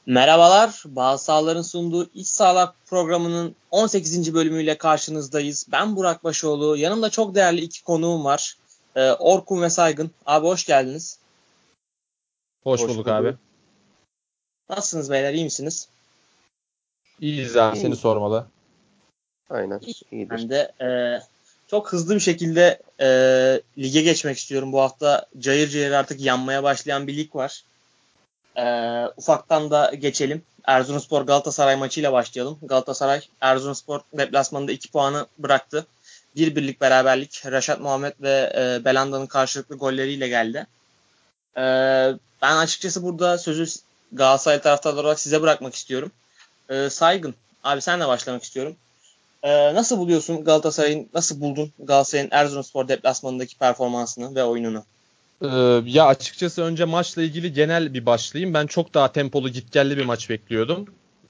Merhabalar, Bağ Sağlar'ın sunduğu İç Sağlar programının 18. bölümüyle karşınızdayız. Ben Burak Başoğlu, yanımda çok değerli iki konuğum var. Orkun ve Saygın. Abi hoş geldiniz. Hoş bulduk abi. Nasılsınız beyler, iyi misiniz? İyiyiz abi, seni sormalı. Aynen, iyidir. Ben de çok hızlı bir şekilde lige geçmek istiyorum. Bu hafta cayır cayır artık yanmaya başlayan bir lig var. Ufaktan da geçelim. Erzurumspor Galatasaray maçıyla başlayalım. Galatasaray Erzurumspor deplasmanında 2 puanı bıraktı. Bir birlik beraberlik Reşat Muhammed ve Belanda'nın karşılıklı golleriyle geldi. Ben açıkçası burada sözü Galatasaray taraftarları olarak size bırakmak istiyorum. Saygın, abi senle başlamak istiyorum. Nasıl buluyorsun nasıl buldun Galatasaray'ın Erzurumspor deplasmanındaki performansını ve oyununu? Ya açıkçası önce maçla ilgili genel bir başlayayım. Ben çok daha tempolu, gitgelli bir maç bekliyordum.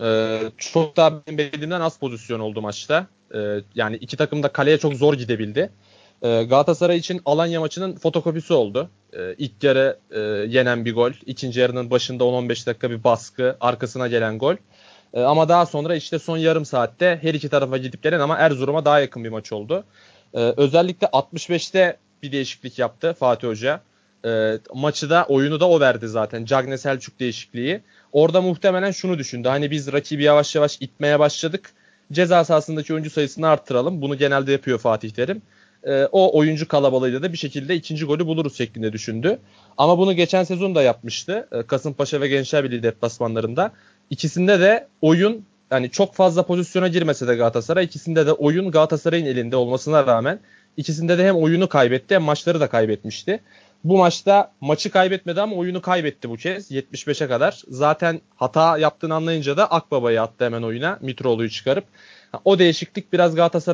Çok daha benim beklediğimden az pozisyon oldu maçta. Yani iki takım da kaleye çok zor gidebildi. Galatasaray için Alanya maçının fotokopisi oldu. İlk yarı yenen bir gol. İkinci yarının başında 10-15 dakika bir baskı. Arkasına gelen gol. Ama daha sonra işte son yarım saatte her iki tarafa gidip gelen ama Erzurum'a daha yakın bir maç oldu. Özellikle 65'te bir değişiklik yaptı Fatih Hoca. Maçı da oyunu da o verdi zaten. Cagne Selçuk değişikliği. Orada muhtemelen şunu düşündü. Hani biz rakibi yavaş yavaş itmeye başladık. Ceza sahasındaki oyuncu sayısını arttıralım. Bunu genelde yapıyor Fatih Terim. O oyuncu kalabalığıyla da bir şekilde ikinci golü buluruz şeklinde düşündü. Ama bunu geçen sezon da yapmıştı. Kasımpaşa ve Gençlerbirliği deplasmanlarında. İkisinde de oyun, yani çok fazla pozisyona girmese de Galatasaray, ikisinde de oyun Galatasaray'ın elinde olmasına rağmen ikisinde de hem oyunu kaybetti hem maçları da kaybetmişti. Bu maçta maçı kaybetmedi ama oyunu kaybetti bu kez 75'e kadar. Zaten hata yaptığını anlayınca da Akbaba'yı attı hemen oyuna, Mitroğlu'yu çıkarıp. O değişiklik biraz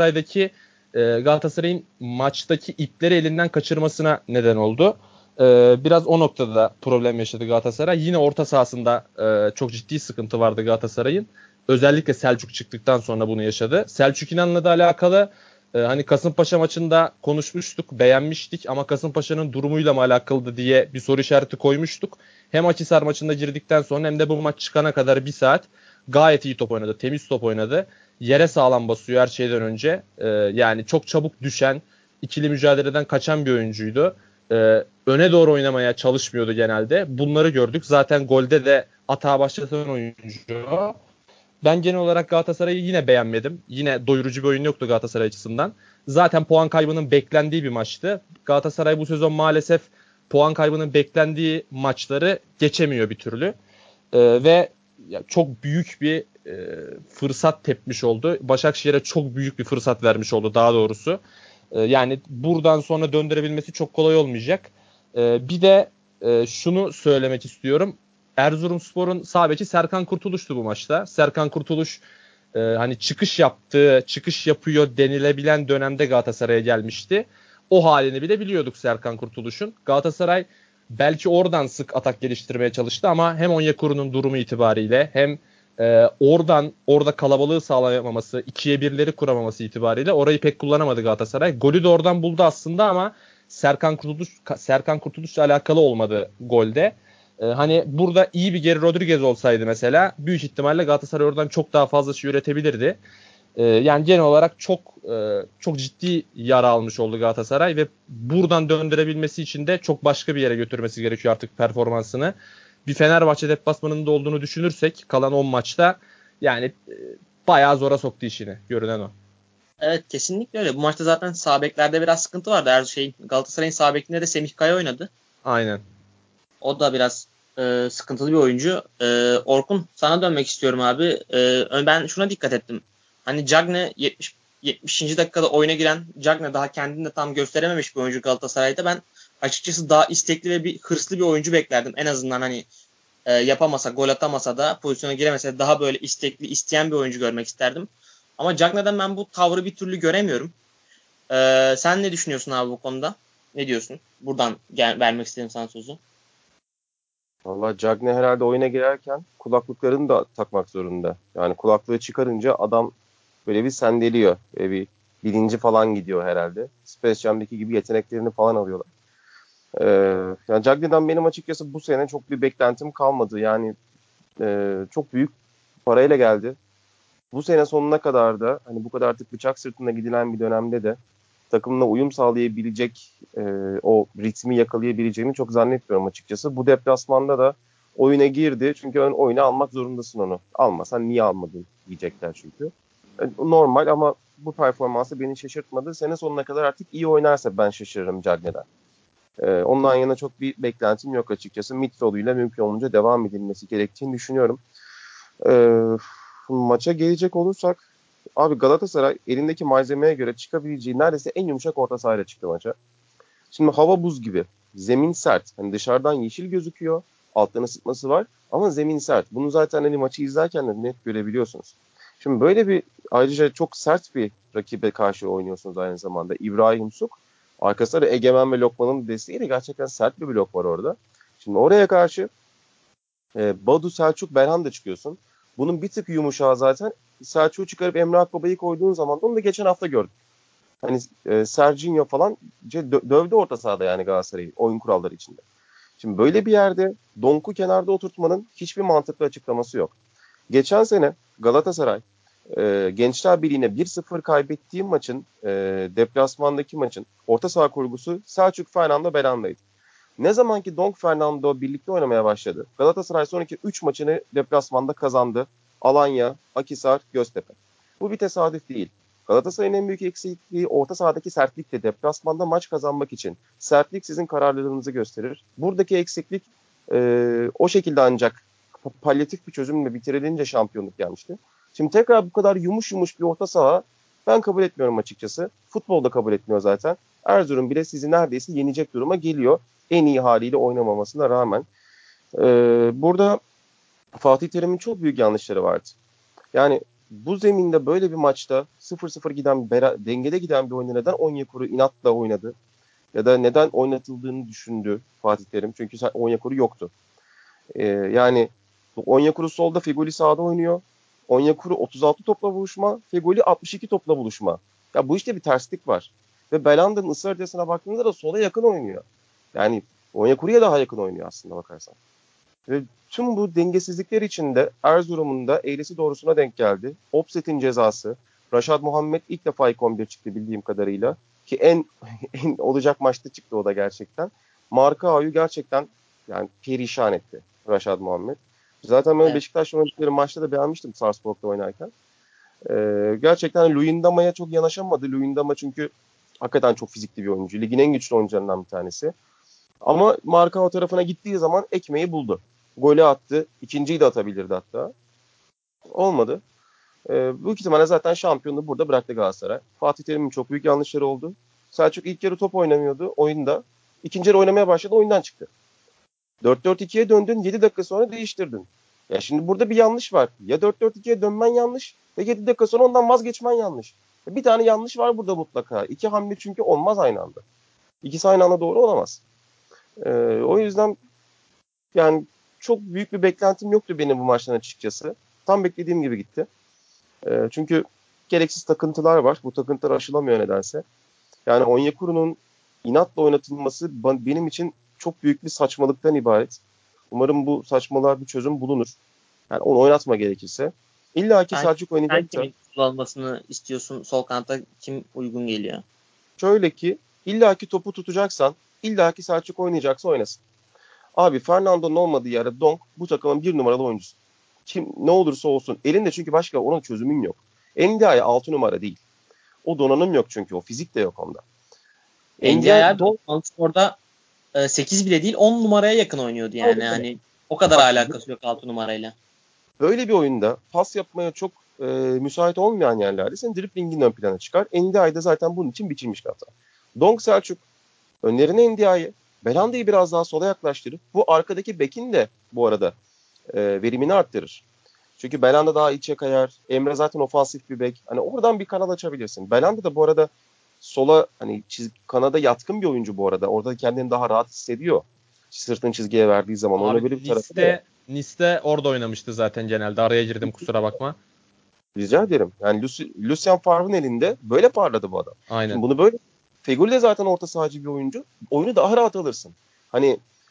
Galatasaray'ın maçtaki ipleri elinden kaçırmasına neden oldu. Biraz o noktada problem yaşadı Galatasaray. Yine orta sahasında çok ciddi sıkıntı vardı Galatasaray'ın. Özellikle Selçuk çıktıktan sonra bunu yaşadı. Selçuk İnan'la da alakalı hani Kasımpaşa maçında konuşmuştuk, beğenmiştik ama Kasımpaşa'nın durumuyla mı alakalı diye bir soru işareti koymuştuk. Hem Akhisar maçında girdikten sonra hem de bu maç çıkana kadar bir saat gayet iyi top oynadı, temiz top oynadı. Yere sağlam basıyor her şeyden önce. Yani çok çabuk düşen, ikili mücadeleden kaçan bir oyuncuydu. Öne doğru oynamaya çalışmıyordu genelde. Bunları gördük. Zaten golde de atağa başlatan oyuncu. Ben genel olarak Galatasaray'ı yine beğenmedim. Yine doyurucu bir oyun yoktu Galatasaray açısından. Zaten puan kaybının beklendiği bir maçtı. Galatasaray bu sezon maalesef puan kaybının beklendiği maçları geçemiyor bir türlü. Ve çok büyük bir fırsat tepmiş oldu. Başakşehir'e çok büyük bir fırsat vermiş oldu daha doğrusu. Yani buradan sonra döndürebilmesi çok kolay olmayacak. Bir de şunu söylemek istiyorum. Erzurumspor'un sağ beki Serkan Kurtuluş'tu bu maçta. Serkan Kurtuluş hani çıkış yapıyor denilebilen dönemde Galatasaray'a gelmişti. O halini bile biliyorduk Serkan Kurtuluş'un. Galatasaray belki oradan sık atak geliştirmeye çalıştı ama hem Onyekuru'nun durumu itibariyle hem orada kalabalığı sağlayamaması, ikiye birleri kuramaması itibariyle orayı pek kullanamadı Galatasaray. Golü de oradan buldu aslında ama Serkan Kurtuluş'la alakalı olmadı golde. Hani burada iyi bir Geri Rodriguez olsaydı mesela büyük ihtimalle Galatasaray oradan çok daha fazla şey üretebilirdi. Yani genel olarak çok ciddi yara almış oldu Galatasaray ve buradan döndürebilmesi için de çok başka bir yere götürmesi gerekiyor artık performansını. Bir Fenerbahçe deplasmanında olduğunu düşünürsek kalan 10 maçta yani bayağı zora soktu işini, görünen o. Evet, kesinlikle öyle. Bu maçta zaten sağ beklerde biraz sıkıntı vardı. Galatasaray'ın sağ bekinde de Semih Kaya oynadı. Aynen. O da biraz sıkıntılı bir oyuncu. Orkun, sana dönmek istiyorum abi. Ben şuna dikkat ettim. Hani Cagne 70. dakikada oyuna giren Cagne daha kendini de tam gösterememiş bir oyuncu Galatasaray'da. Ben açıkçası daha istekli ve hırslı bir oyuncu beklerdim. En azından hani yapamasa, gol atamasa da, pozisyona giremese de daha böyle istekli, isteyen bir oyuncu görmek isterdim. Ama Cagne'den ben bu tavrı bir türlü göremiyorum. Sen ne düşünüyorsun abi bu konuda? Ne diyorsun? Buradan vermek istedim sana sözü. Valla Cagne herhalde oyuna girerken kulaklıklarını da takmak zorunda. Yani kulaklığı çıkarınca adam böyle bir sendeliyor. Böyle bir bilinci falan gidiyor herhalde. Space Jam'daki gibi yeteneklerini falan alıyorlar. Yani Cagne'den benim açıkçası bu sene çok bir beklentim kalmadı. Yani Çok büyük parayla geldi. Bu sene sonuna kadar da hani bu kadar artık bıçak sırtında gidilen bir dönemde de takımla uyum sağlayabilecek, o ritmi yakalayabileceğini çok zannetmiyorum açıkçası. Bu deplasmanda da oyuna girdi. Çünkü oyuna almak zorundasın onu. Almasan niye almadın diyecekler çünkü. Normal ama bu performansı beni şaşırtmadı. Sene sonuna kadar artık iyi oynarsa ben şaşırırım Cagney'den. Ondan yana çok bir beklentim yok açıkçası. Mitroğlu'yla mümkün olunca devam edilmesi gerektiğini düşünüyorum. Ee, Maça gelecek olursak abi Galatasaray elindeki malzemeye göre çıkabileceği neredeyse en yumuşak orta sahayla çıktı maça. Şimdi hava buz gibi. Zemin sert. Hani dışarıdan yeşil gözüküyor. Alttan ısıtması var. Ama zemin sert. Bunu zaten hani maçı izlerken de net görebiliyorsunuz. Şimdi böyle bir ayrıca çok sert bir rakibe karşı oynuyorsunuz aynı zamanda. İbrahim Suk. Arkasında da Egemen ve Lokman'ın desteğiyle gerçekten sert bir blok var orada. Şimdi oraya karşı Badu, Selçuk, Belhanda çıkıyorsun. Bunun bir tık yumuşağı zaten Selçuk'u çıkarıp Emre Akbaba'yı koyduğun zaman da onu da geçen hafta gördük. Hani Serginho falan dövdü orta sahada yani Galatasaray'ı oyun kuralları içinde. Şimdi böyle bir yerde Donk'u kenarda oturtmanın hiçbir mantıklı açıklaması yok. Geçen sene Galatasaray Gençler Birliği'ne 1-0 kaybettiği maçın deplasmandaki maçın orta saha kurgusu Selçuk, Fernando, Belanda'ydı. Ne zaman ki Donk Fernando birlikte oynamaya başladı, Galatasaray sonraki 3 maçını deplasmanda kazandı. Alanya, Akhisar, Göztepe. Bu bir tesadüf değil. Galatasaray'ın en büyük eksikliği orta sahadaki sertlikte deplasmanda maç kazanmak için. Sertlik sizin kararlılığınızı gösterir. Buradaki eksiklik o şekilde ancak palyatif bir çözümle bitirilince şampiyonluk gelmişti. Şimdi tekrar bu kadar yumuş yumuş bir orta saha ben kabul etmiyorum açıkçası. Futbolda kabul etmiyor zaten. Erzurum bile sizi neredeyse yenecek duruma geliyor. En iyi haliyle oynamamasına rağmen. Burada Fatih Terim'in çok büyük yanlışları vardı. Yani bu zeminde böyle bir maçta 0-0 giden, dengede giden bir oyunu neden Onyekuru inatla oynadı? Ya da neden oynatıldığını düşündü Fatih Terim? Çünkü Onyekuru yoktu. Yani Onyekuru solda, Fegoli sağda oynuyor. Onyekuru 36 topla buluşma, Fegoli 62 topla buluşma. Ya bu işte bir terslik var. Ve Belanda'nın ısrar haritasına baktığınızda da sola yakın oynuyor. Yani Onyekuru'ya daha yakın oynuyor aslında bakarsan. Ve tüm bu dengesizlikler içinde Erzurum'un da eğrisi doğrusuna denk geldi. Offset'in cezası. Raşad Muhammed ilk defa ilk 11 çıktı bildiğim kadarıyla. Ki en olacak maçta çıktı o da gerçekten. Markao'yu gerçekten yani perişan etti Raşad Muhammed. Zaten ben Evet. Beşiktaş'la oynadıkları maçta da beğenmiştim Sarpsborg'da oynarken. Gerçekten Luyendama'ya çok yanaşamadı. Luyendama çünkü hakikaten çok fizikli bir oyuncu. Ligin en güçlü oyuncularından bir tanesi. Ama Marka tarafına gittiği zaman ekmeği buldu. Golü attı. İkinciyi de atabilirdi hatta. Olmadı. Büyük ihtimalle zaten şampiyonluğu burada bıraktı Galatasaray. Fatih Terim'in çok büyük yanlışları oldu. Selçuk ilk yarı top oynamıyordu oyunda. İkinci yarı oynamaya başladı, oyundan çıktı. 4-4-2'ye döndün, 7 dakika sonra değiştirdin. Ya şimdi burada bir yanlış var. Ya 4-4-2'ye dönmen yanlış ve 7 dakika sonra ondan vazgeçmen yanlış. Bir tane yanlış var burada mutlaka. İki hamle çünkü olmaz aynı anda. İkisi aynı anda doğru olamaz. O yüzden yani çok büyük bir beklentim yoktu benim bu maçtan açıkçası. Tam beklediğim gibi gitti. Çünkü gereksiz takıntılar var. Bu takıntılar aşılamıyor nedense. Yani Onyekuru'nun inatla oynatılması benim için çok büyük bir saçmalıktan ibaret. Umarım bu saçmalığa bir çözüm bulunur. Yani onu oynatma gerekirse. İlla ki Sen, Selçuk sen oynayacaksa kimin kullanılmasını istiyorsun? Sol kanatta kim uygun geliyor? şöyle ki illa ki topu tutacaksan illa ki Selçuk oynayacaksa oynasın. Abi Fernando'nun olmadığı yerde Donk bu takımın bir numaralı oyuncusu. Kim ne olursa olsun. Elinde çünkü başka onun çözümün yok. Ndiaye 6 numara değil. O donanım yok çünkü. O fizik de yok onda. NDI Ndiaye abi orada 8 bile değil 10 numaraya yakın oynuyordu yani. aynen öyle. Hani o kadar Bak alakası yok 6 numarayla. böyle bir oyunda pas yapmaya çok müsait olmayan yerlerde senin driblingin ön plana çıkar. Ndiaye de zaten bunun için biçilmiş bir hata. Donk, Selçuk önlerine Ndiaye. Belanda'yı biraz daha sola yaklaştırıp bu arkadaki bekin de bu arada verimini arttırır. Çünkü Belanda daha içe kayar. Emre zaten ofansif bir bek. Hani oradan bir kanal açabilirsin. Belanda da bu arada sola hani kanada yatkın bir oyuncu bu arada. Orada kendini daha rahat hissediyor. Sırtını çizgiye verdiği zaman. Onun Abi böyle bir tarafı da var. Nice'de orada oynamıştı zaten genelde. Araya girdim, kusura bakma. Rica ederim. Yani Lucien Favre'ın elinde böyle parladı bu adam. Aynen. Şimdi bunu böyle Feguli de zaten orta sahacı bir oyuncu. Oyunu daha rahat alırsın. Hani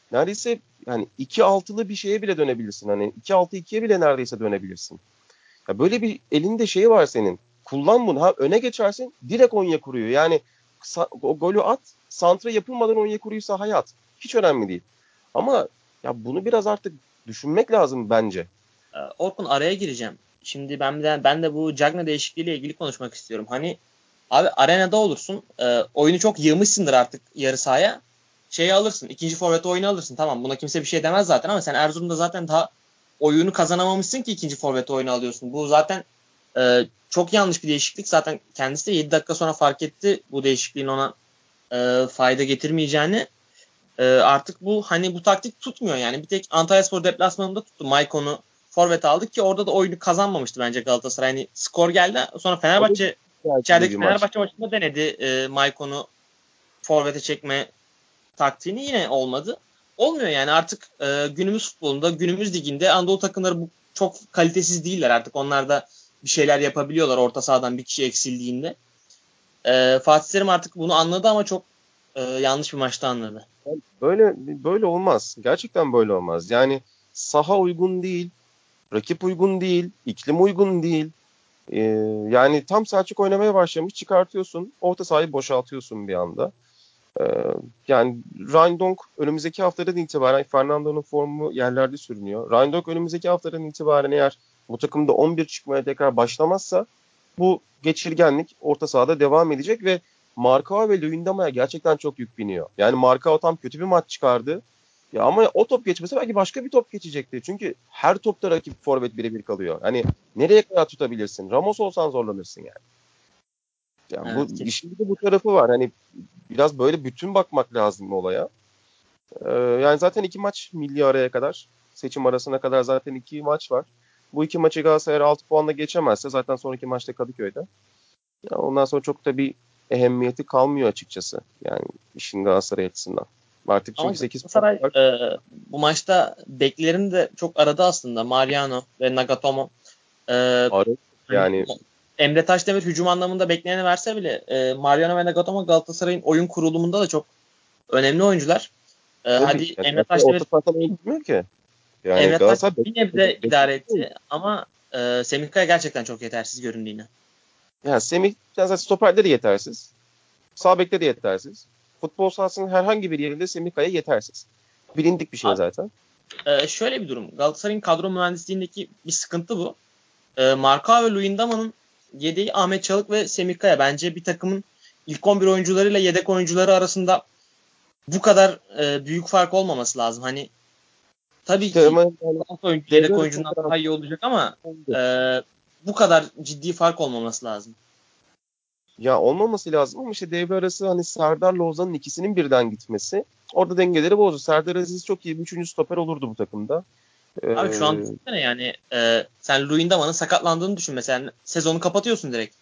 neredeyse yani 2-6'lı bir şeye bile dönebilirsin. Hani 2-6-2'ye bile neredeyse dönebilirsin. Ya böyle bir elinde şeyi var senin. Kullan bunu. Ha öne geçersin direkt Onyekuru'yu. Yani o golü at. Santra yapılmadan Onyekuru'yu sahaya at. Hiç önemli değil. Ama ya bunu biraz artık düşünmek lazım bence. Orkun, araya gireceğim. Şimdi ben de bu Cagney değişikliğiyle ilgili konuşmak istiyorum. Hani abi arenada olursun. Oyunu çok yığmışsındır artık yarı sahaya. Şeyi alırsın. İkinci forvet oyunu alırsın. Tamam, buna kimse bir şey demez zaten ama sen Erzurum'da zaten daha oyunu kazanamamışsın ki ikinci forvet oyunu alıyorsun. Bu zaten çok yanlış bir değişiklik. Zaten kendisi de 7 dakika sonra fark etti bu değişikliğin ona fayda getirmeyeceğini. Artık bu taktik tutmuyor yani. Bir tek Antalyaspor deplasmanında tuttu. Maikon'u forvet aldık ki orada da oyunu kazanmamıştı bence Galatasaray. Hani skor geldi. Sonra Fenerbahçe içerideki Fenerbahçe maçında denedi Maikon'u forvete çekme taktiğini, yine olmadı. Olmuyor yani artık günümüz futbolunda, günümüz liginde Anadolu takımları bu çok kalitesiz değiller artık. Onlar da bir şeyler yapabiliyorlar orta sahadan bir kişi eksildiğinde. Fatih Terim artık bunu anladı ama çok yanlış bir maçta anladı. Böyle olmaz. Gerçekten böyle olmaz. Yani saha uygun değil, rakip uygun değil, iklim uygun değil. Ee, Yani tam Selçuk oynamaya başlamış, çıkartıyorsun, orta sahayı boşaltıyorsun bir anda. Ee, Yani Rindonk önümüzdeki haftadan itibaren Fernando'nun formu yerlerde sürünüyor. Rindonk önümüzdeki haftadan itibaren eğer bu takımda 11 çıkmaya tekrar başlamazsa bu geçirgenlik orta sahada devam edecek ve Marcao ve Luyendama'ya gerçekten çok yük biniyor. Yani Marcao tam kötü bir maç çıkardı. Ya ama o top geçmese belki başka bir top geçecekti. Çünkü her topta rakip forvet birebir kalıyor. Hani nereye kadar tutabilirsin? Ramos olsan zorlanırsın yani. Yani bu Evet, işin bir de bu tarafı var. Hani biraz böyle bütün bakmak lazım olaya. Yani zaten 2 maç milli araya kadar, seçim arasına kadar zaten 2 maç var. Bu 2 maçı Galatasaray 6 puanla geçemezse zaten sonraki maçta Kadıköy'de. Ya ondan sonra çok da bir ehemmiyeti kalmıyor açıkçası. Yani işin Galatasaray açısından. Artık ama çünkü 8 puan Galatasaray var. bu maçta beklerini de çok aradı aslında. Mariano ve Nagatomo. E, Arı hani yani Emre Taşdemir hücum anlamında bekleyeni verse bile Mariano ve Nagatomo Galatasaray'ın oyun kurulumunda da çok önemli oyuncular. tabii Hadi yani Emre Galatasaray orta Taşdemir sahadan oynamıyor ki. Yani Emre Taş Galatasaray bir nebze idare etti ama Semih Kaya gerçekten çok yetersiz göründü yine. yani Semih zaten stoperleri yetersiz. Sağ bekleri yetersiz. Futbol sahasının herhangi bir yerinde Semih Kaya yetersiz. Bilindik bir şey Abi, zaten. şöyle bir durum. Galatasaray'ın kadro mühendisliğindeki bir sıkıntı bu. Marka ve Luyendama'nın yedeği Ahmet Çalık ve Semih Kaya. Bence bir takımın ilk 11 oyuncularıyla yedek oyuncuları arasında bu kadar büyük fark olmaması lazım. Hani tabii İşte ki ama yani oyuncu devre yedek arasında oyuncundan biraz daha iyi olacak ama oldu. e, bu kadar ciddi fark olmaması lazım. Ya olmaması lazım ama işte devre arası hani Serdar'la Ozan'ın ikisinin birden gitmesi orada dengeleri bozdu. Serdar Aziz çok iyi bir üçüncü stoper olurdu bu takımda. Abi şu an Ee, düşünsene yani sen Luyendama'nın sakatlandığını düşün mesela. Sezonu kapatıyorsun direkt.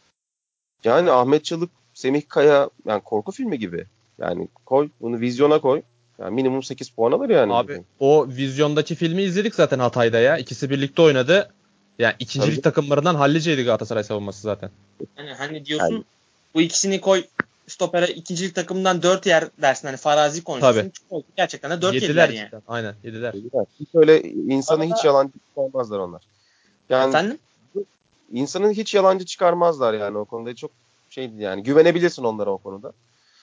Yani Ahmet Çalık, Semih Kaya yani korku filmi gibi. Yani koy bunu vizyona koy. Yani minimum 8 puan alır yani. Abi o vizyondaki filmi izledik zaten Hatay'da ya. İkisi birlikte oynadı. Yani Tabii ikincilik takımlarından halliceydi Galatasaray savunması zaten. Hani yani, diyorsun bu ikisini koy stopere, ikincilik takımından 4 yer dersin. Hani farazi Tabii. konuşursun. Gerçekten de 4 yediler Yediler yani. cidden. Aynen yediler. hiç öyle insanı hiç Arada yalancı çıkarmazlar onlar. Yani efendim? insanı hiç yalancı çıkarmazlar yani o konuda çok şeydi yani güvenebilirsin onlara o konuda.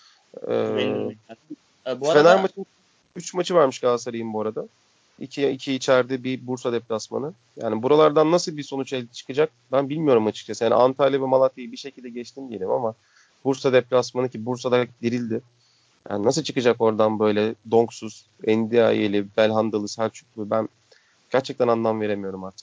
Ee, Güvenilir. Bu Fener arada maçı 3 maçı varmış Galatasaray'ın bu arada. 2 içeride bir Bursa deplasmanı. Yani buralardan nasıl bir sonuç elde çıkacak ben bilmiyorum açıkçası. Yani Antalya ve Malatya'yı bir şekilde geçtim diyelim ama Bursa deplasmanı ki Bursa'da dirildi. Yani nasıl çıkacak oradan böyle donksuz, Endiayeli, Belhandalı, Selçuklu ben gerçekten anlam veremiyorum artık.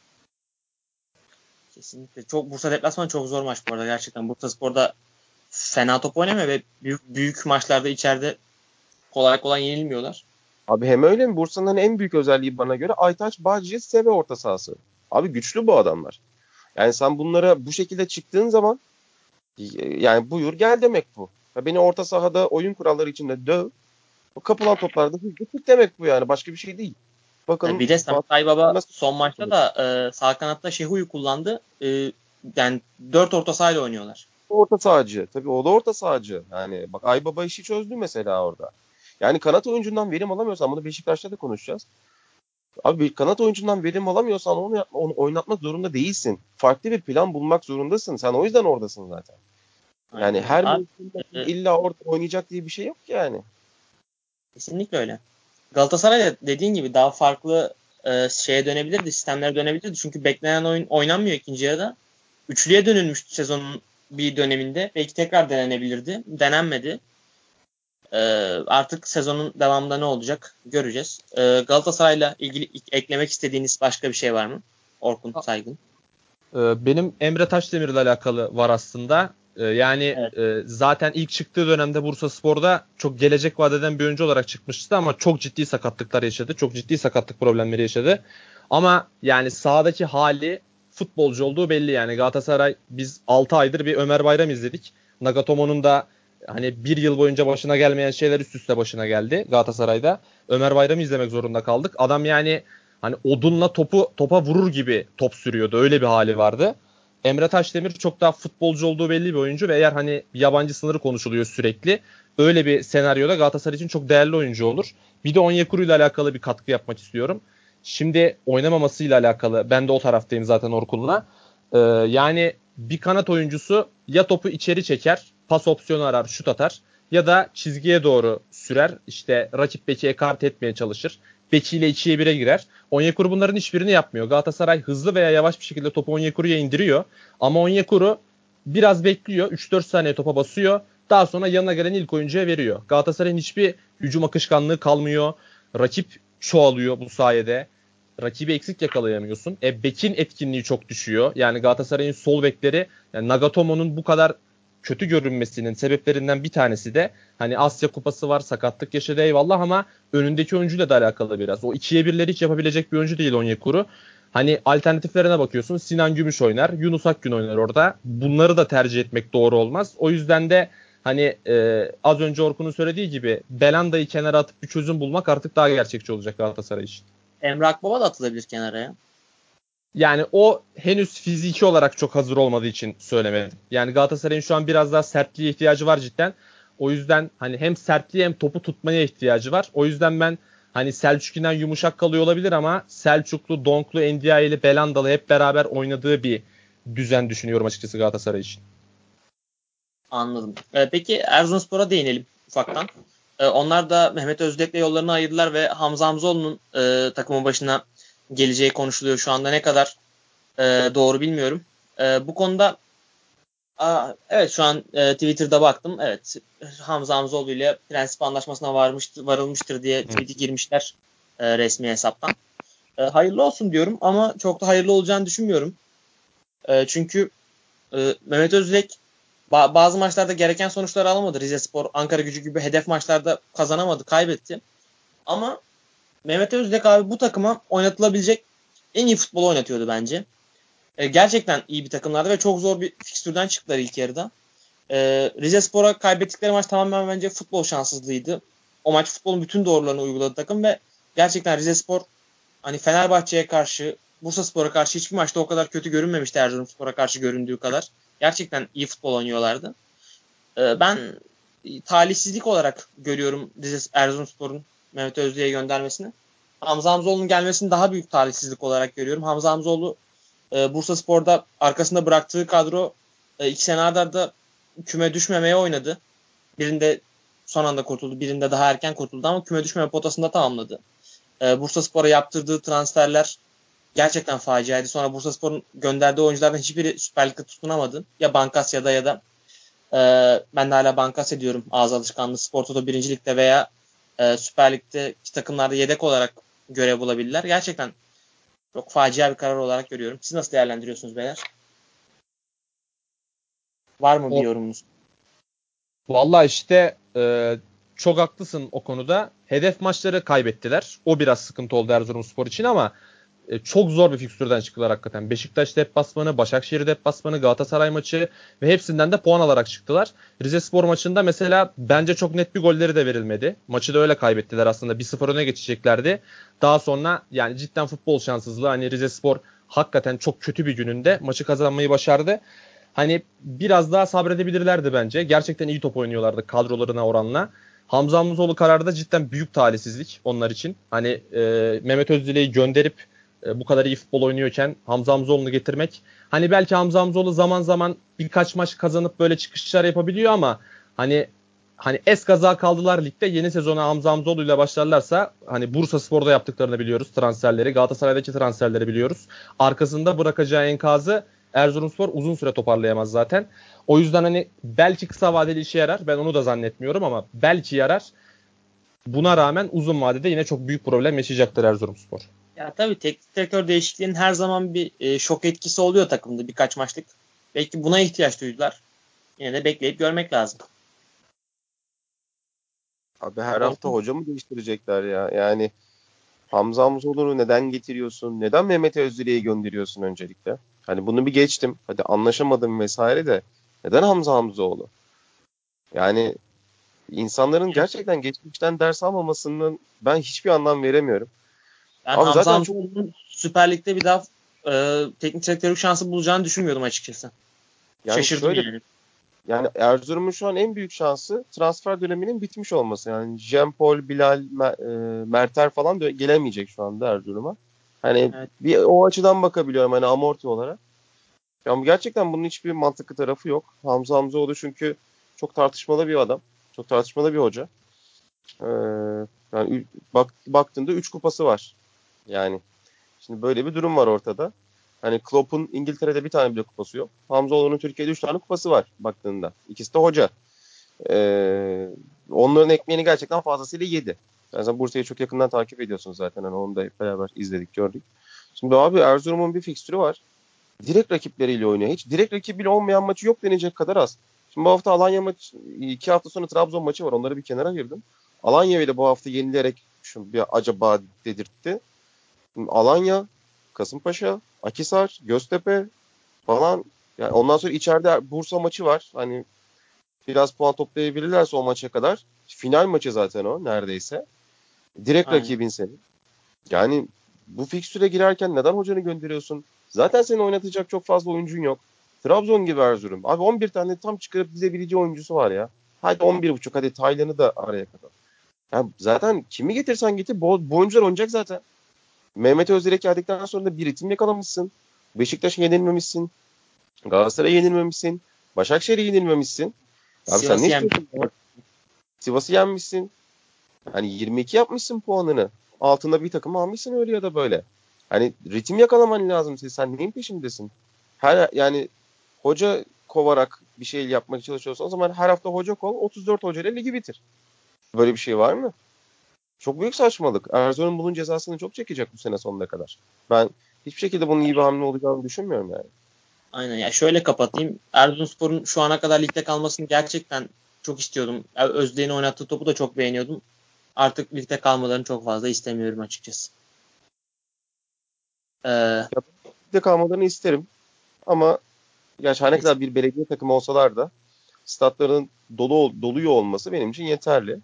kesinlikle Bursa deplasmanı çok zor maç bu arada gerçekten. Bursaspor'da fena top oynamıyor ve büyük maçlarda içeride kolay kolay yenilmiyorlar. Abi hem öyle mi? Bursa'nın en büyük özelliği bana göre Aytaç, Bağcı'yı Seve orta sahası. Abi güçlü bu adamlar. Yani sen bunlara bu şekilde çıktığın zaman yani buyur gel demek bu. Ya beni orta sahada oyun kuralları içinde döv. O kapılan toplarda hızlı tut demek bu yani. Başka bir şey değil. Bakalım Bir de Samet Fatih Aybaba nasıl son maçta da sağ kanatta Şehu'yu kullandı. Yani 4 orta sahayla oynuyorlar. orta sahacı. Tabii o da orta sahacı. Yani bak Aybaba işi çözdü mesela orada. Yani kanat oyuncundan verim alamıyorsan, bunu Beşiktaş'ta da konuşacağız. Abi bir kanat oyuncundan verim alamıyorsan onu oynatmak zorunda değilsin. Farklı bir plan bulmak zorundasın. Sen o yüzden oradasın zaten. Yani Aynen öyle. her Abi, mevsimde e, illa orada oynayacak diye bir şey yok ki yani. kesinlikle öyle. Galatasaray da dediğin gibi daha farklı şeye dönebilirdi, sistemlere dönebilirdi. Çünkü beklenen oyun oynanmıyor ikinci yarıda. Üçlüye dönülmüştü sezonun bir döneminde. Belki tekrar denenebilirdi. Denenmedi. E, Artık sezonun devamında ne olacak göreceğiz. Galatasaray'la ilgili eklemek istediğiniz başka bir şey var mı? Orkun Saygın. Benim Emre Taşdemir'le alakalı var aslında. Yani Evet. zaten ilk çıktığı dönemde Bursaspor'da çok gelecek vaat eden bir oyuncu olarak çıkmıştı ama çok ciddi sakatlıklar yaşadı. Çok ciddi sakatlık problemleri yaşadı. Ama yani sahadaki hali, futbolcu olduğu belli yani. Galatasaray, biz 6 aydır bir Ömer Bayram izledik. Nagatomo'nun da hani bir yıl boyunca başına gelmeyen şeyler üst üste başına geldi Galatasaray'da. Ömer Bayram'ı izlemek zorunda kaldık. Adam yani hani odunla topa vurur gibi top sürüyordu. Öyle bir hali vardı. Emre Taşdemir çok daha futbolcu olduğu belli bir oyuncu ve eğer hani yabancı sınırı konuşuluyor sürekli. Öyle bir senaryoda Galatasaray için çok değerli oyuncu olur. Bir de Onyekuru ile alakalı bir katkı yapmak istiyorum. Şimdi oynamamasıyla alakalı, ben de o taraftayım zaten Orkun'la. Yani bir kanat oyuncusu ya topu içeri çeker, pas opsiyonu arar, şut atar ya da çizgiye doğru sürer. İşte rakip beki ekart etmeye çalışır. Bekiyle 2'ye 1'e girer. Onyekuru bunların hiçbirini yapmıyor. Galatasaray hızlı veya yavaş bir şekilde topu Onyekuru'ya indiriyor. Ama Onyekuru biraz bekliyor. 3-4 saniye topa basıyor. Daha sonra yanına gelen ilk oyuncuya veriyor. Galatasaray'ın hiçbir hücum akışkanlığı kalmıyor. Rakip çoğalıyor bu sayede. Rakibi eksik yakalayamıyorsun. Bekin etkinliği çok düşüyor. Yani Galatasaray'ın sol bekleri, yani Nagatomo'nun bu kadar kötü görünmesinin sebeplerinden bir tanesi de hani Asya Kupası var, sakatlık yaşadı eyvallah ama önündeki oyuncuyla da alakalı biraz. O 2'ye 1'leri hiç yapabilecek bir oyuncu değil Onyekuru. Hani alternatiflerine bakıyorsun. Sinan Gümüş oynar, Yunus Akgün oynar orada. Bunları da tercih etmek doğru olmaz. O yüzden de hani az önce Orkun'un söylediği gibi Belanda'yı kenara atıp bir çözüm bulmak artık daha gerçekçi olacak Galatasaray için. Emre Akbaba da atılabilir kenara ya. Yani o henüz fiziki olarak çok hazır olmadığı için söylemedim. Yani Galatasaray'ın şu an biraz daha sertliğe ihtiyacı var cidden. O yüzden hani hem sertliğe hem topu tutmaya ihtiyacı var. O yüzden ben hani Selçuk'tan yumuşak kalıyor olabilir ama Selçuklu, Donklu, Endiaye'li, Belandalı hep beraber oynadığı bir düzen düşünüyorum açıkçası Galatasaray için. Anladım. Peki Erzurumspor'a değinelim ufaktan. Onlar da Mehmet Özdek'le yollarını ayırdılar ve Hamza Hamzoğlu'nun takımın başına geleceği konuşuluyor. Şu anda ne kadar doğru bilmiyorum. Bu konuda evet şu an Twitter'da baktım. Evet Hamza Hamzoğlu ile prensip anlaşmasına varılmıştır diye tweet'i girmişler resmi hesaptan. Hayırlı olsun diyorum ama çok da hayırlı olacağını düşünmüyorum. Çünkü Mehmet Özdek bazı maçlarda gereken sonuçları alamadı. Rizespor, Ankaragücü gibi hedef maçlarda kazanamadı, kaybetti. Ama Mehmet Özdek abi bu takıma oynatılabilecek en iyi futbolu oynatıyordu bence. Gerçekten iyi bir takımlardı ve çok zor bir fikstürden çıktılar ilk yarıda. Rizespor'a kaybettikleri maç tamamen bence futbol şanssızlığıydı. O maç futbolun bütün doğrularını uyguladı takım ve gerçekten Rizespor hani Fenerbahçe'ye karşı, Bursaspor'a karşı hiçbir maçta o kadar kötü görünmemişti Erzurumspor'a karşı göründüğü kadar. Gerçekten iyi futbol oynuyorlardı. Ben talihsizlik olarak görüyorum Erzurumspor'un Mehmet Özdilek'e göndermesini. Hamza Hamzoğlu'nun gelmesini daha büyük talihsizlik olarak görüyorum. Hamza Hamzoğlu Bursaspor'da arkasında bıraktığı kadro 2 sene arda arda küme düşmemeye oynadı. Birinde son anda kurtuldu, birinde daha erken kurtuldu ama küme düşmeme potasında tamamladı. Bursaspor'a yaptırdığı transferler gerçekten faciaydı. Sonra Bursaspor'un gönderdiği oyunculardan hiçbiri Süper Lig'de tutunamadı. Ya Bankasya'da ya da ben de hala Bankasya diyorum ağız alışkanlığı Spor Toto 1. Lig'de veya Süper Lig'deki takımlarda yedek olarak görev bulabilirler. Gerçekten çok facia bir karar olarak görüyorum. Siz nasıl değerlendiriyorsunuz beyler? Var mı bir yorumunuz? Vallahi işte çok haklısın o konuda. Hedef maçları kaybettiler. O biraz sıkıntı oldu Erzurumspor için ama çok zor bir fikstürden çıktılar hakikaten. Beşiktaş deplasmanı, Başakşehir deplasmanı, Galatasaray maçı ve hepsinden de puan alarak çıktılar. Rizespor maçında mesela bence çok net bir golleri de verilmedi. Maçı da öyle kaybettiler aslında. 1-0 öne geçeceklerdi. Daha sonra yani cidden futbol şanssızlığı. Hani Rizespor hakikaten çok kötü bir gününde maçı kazanmayı başardı. Hani biraz daha sabredebilirlerdi bence. Gerçekten iyi top oynuyorlardı kadrolarına oranla. Hamza Hamzoğlu kararı da cidden büyük talihsizlik onlar için. Hani Mehmet Özdile'yi gönderip bu kadar iyi futbol oynuyorken Hamza Hamzoğlu'nu getirmek. Hani belki Hamza Hamzoğlu zaman zaman birkaç maç kazanıp böyle çıkışlar yapabiliyor ama hani eskaza kaldılar ligde. Yeni sezona Hamza Hamzoğlu ile başlarlarsa hani Bursaspor'da yaptıklarını biliyoruz transferleri. Galatasaray'daki transferleri biliyoruz. Arkasında bırakacağı enkazı Erzurumspor uzun süre toparlayamaz zaten. O yüzden hani belki kısa vadeli işe yarar. Ben onu da zannetmiyorum ama belki yarar. Buna rağmen uzun vadede yine çok büyük problem yaşayacaktır Erzurumspor. Ya tabii teknik direktör değişikliğinin her zaman bir şok etkisi oluyor takımda birkaç maçlık. Belki buna ihtiyaç duydular. Yine de bekleyip görmek lazım. Abi her hafta hoca mı değiştirecekler ya? Yani Hamza Hamzoğlu'nu neden getiriyorsun? Neden Mehmet Özdile'yi gönderiyorsun öncelikle? Hani bunu bir geçtim. Hadi anlaşamadım vesaire de. Neden Hamza Hamzoğlu? Yani insanların gerçekten geçmişten ders almamasının ben hiçbir anlam veremiyorum. Ben Abi Hamza zaten çok Hamzoğlu'nun Süper Lig'de bir daha teknik direktörlük şansı bulacağını düşünmüyordum açıkçası. yani Şaşırdım şöyle yani. yani Erzurum'un şu an en büyük şansı transfer döneminin bitmiş olması. Yani Jean-Paul, Bilal, Merter falan da gelemeyecek şu anda Erzurum'a. Hani Evet. bir o açıdan bakabiliyorum hani amorti olarak. Yani gerçekten bunun hiçbir mantıklı tarafı yok. Hamza Hamzoğlu çünkü çok tartışmalı bir adam. Çok tartışmalı bir hoca. Ee, yani baktığında 3 kupası var. Yani şimdi böyle bir durum var ortada. Hani Klopp'un İngiltere'de bir tane bile kupası yok. Hamzoğlu'nun Türkiye'de 3 tane kupası var baktığında. İkisi de hoca. Onların ekmeğini gerçekten fazlasıyla yedi. Sen Bursa'yı çok yakından takip ediyorsunuz zaten. Hani onu da hep beraber izledik, gördük. Şimdi abi Erzurum'un bir fikstürü var. Direkt rakipleriyle oynuyor. Hiç direkt rakibiyle olmayan maçı yok denecek kadar az. Şimdi bu hafta Alanya maçı, 2 hafta sonra Trabzon maçı var. Onları bir kenara ayırdım. Alanya ile bu hafta yenilerek şu bir acaba dedirtti. Şimdi Alanya, Kasımpaşa, Akhisar, Göztepe falan. Yani ondan sonra içeride Bursa maçı var. Hani biraz puan toplayabilirlerse o maça kadar. Final maçı zaten o neredeyse. Direkt Aynen. rakibin senin. Yani bu fikstüre girerken neden hocanı gönderiyorsun? Zaten seni oynatacak çok fazla oyuncun yok. Trabzon gibi Erzurum. Abi 11 tane tam çıkarıp dizebileceği oyuncusu var ya. Hadi 11,5, hadi Taylan'ı da araya kadar. Ya zaten kimi getirsen getir bu oyuncular oynayacak zaten. Mehmet Özdilek geldikten sonra da bir ritim yakalamışsın. Beşiktaş'a yenilmemişsin. Galatasaray'a yenilmemişsin. Başakşehir'e yenilmemişsin. Abi sen ne Sivas'ı istiyorsun? Sivas'ı yenmişsin. Hani 22 yapmışsın puanını. Altında bir takım almışsın öyle ya da böyle. Hani ritim yakalaman lazım. Sen neyin peşindesin? Yani hoca kovarak bir şey yapmaya çalışıyorsan o zaman her hafta hoca kov, 34 hocayla ligi bitir. Böyle bir şey var mı? Çok büyük saçmalık. Erzurum bunun cezasını çok çekecek bu sene sonuna kadar. Ben hiçbir şekilde bunun iyi bir hamle olacağını düşünmüyorum yani. Aynen ya, şöyle kapatayım. Erzurumspor'un şu ana kadar ligde kalmasını gerçekten çok istiyordum. Özdeğin oynattığı topu da çok beğeniyordum. Artık ligde kalmalarını çok fazla istemiyorum açıkçası. Ya, ligde kalmalarını isterim ama gerçi her ne kadar bir belediye takımı olsalar da statların doluyor olması benim için yeterli.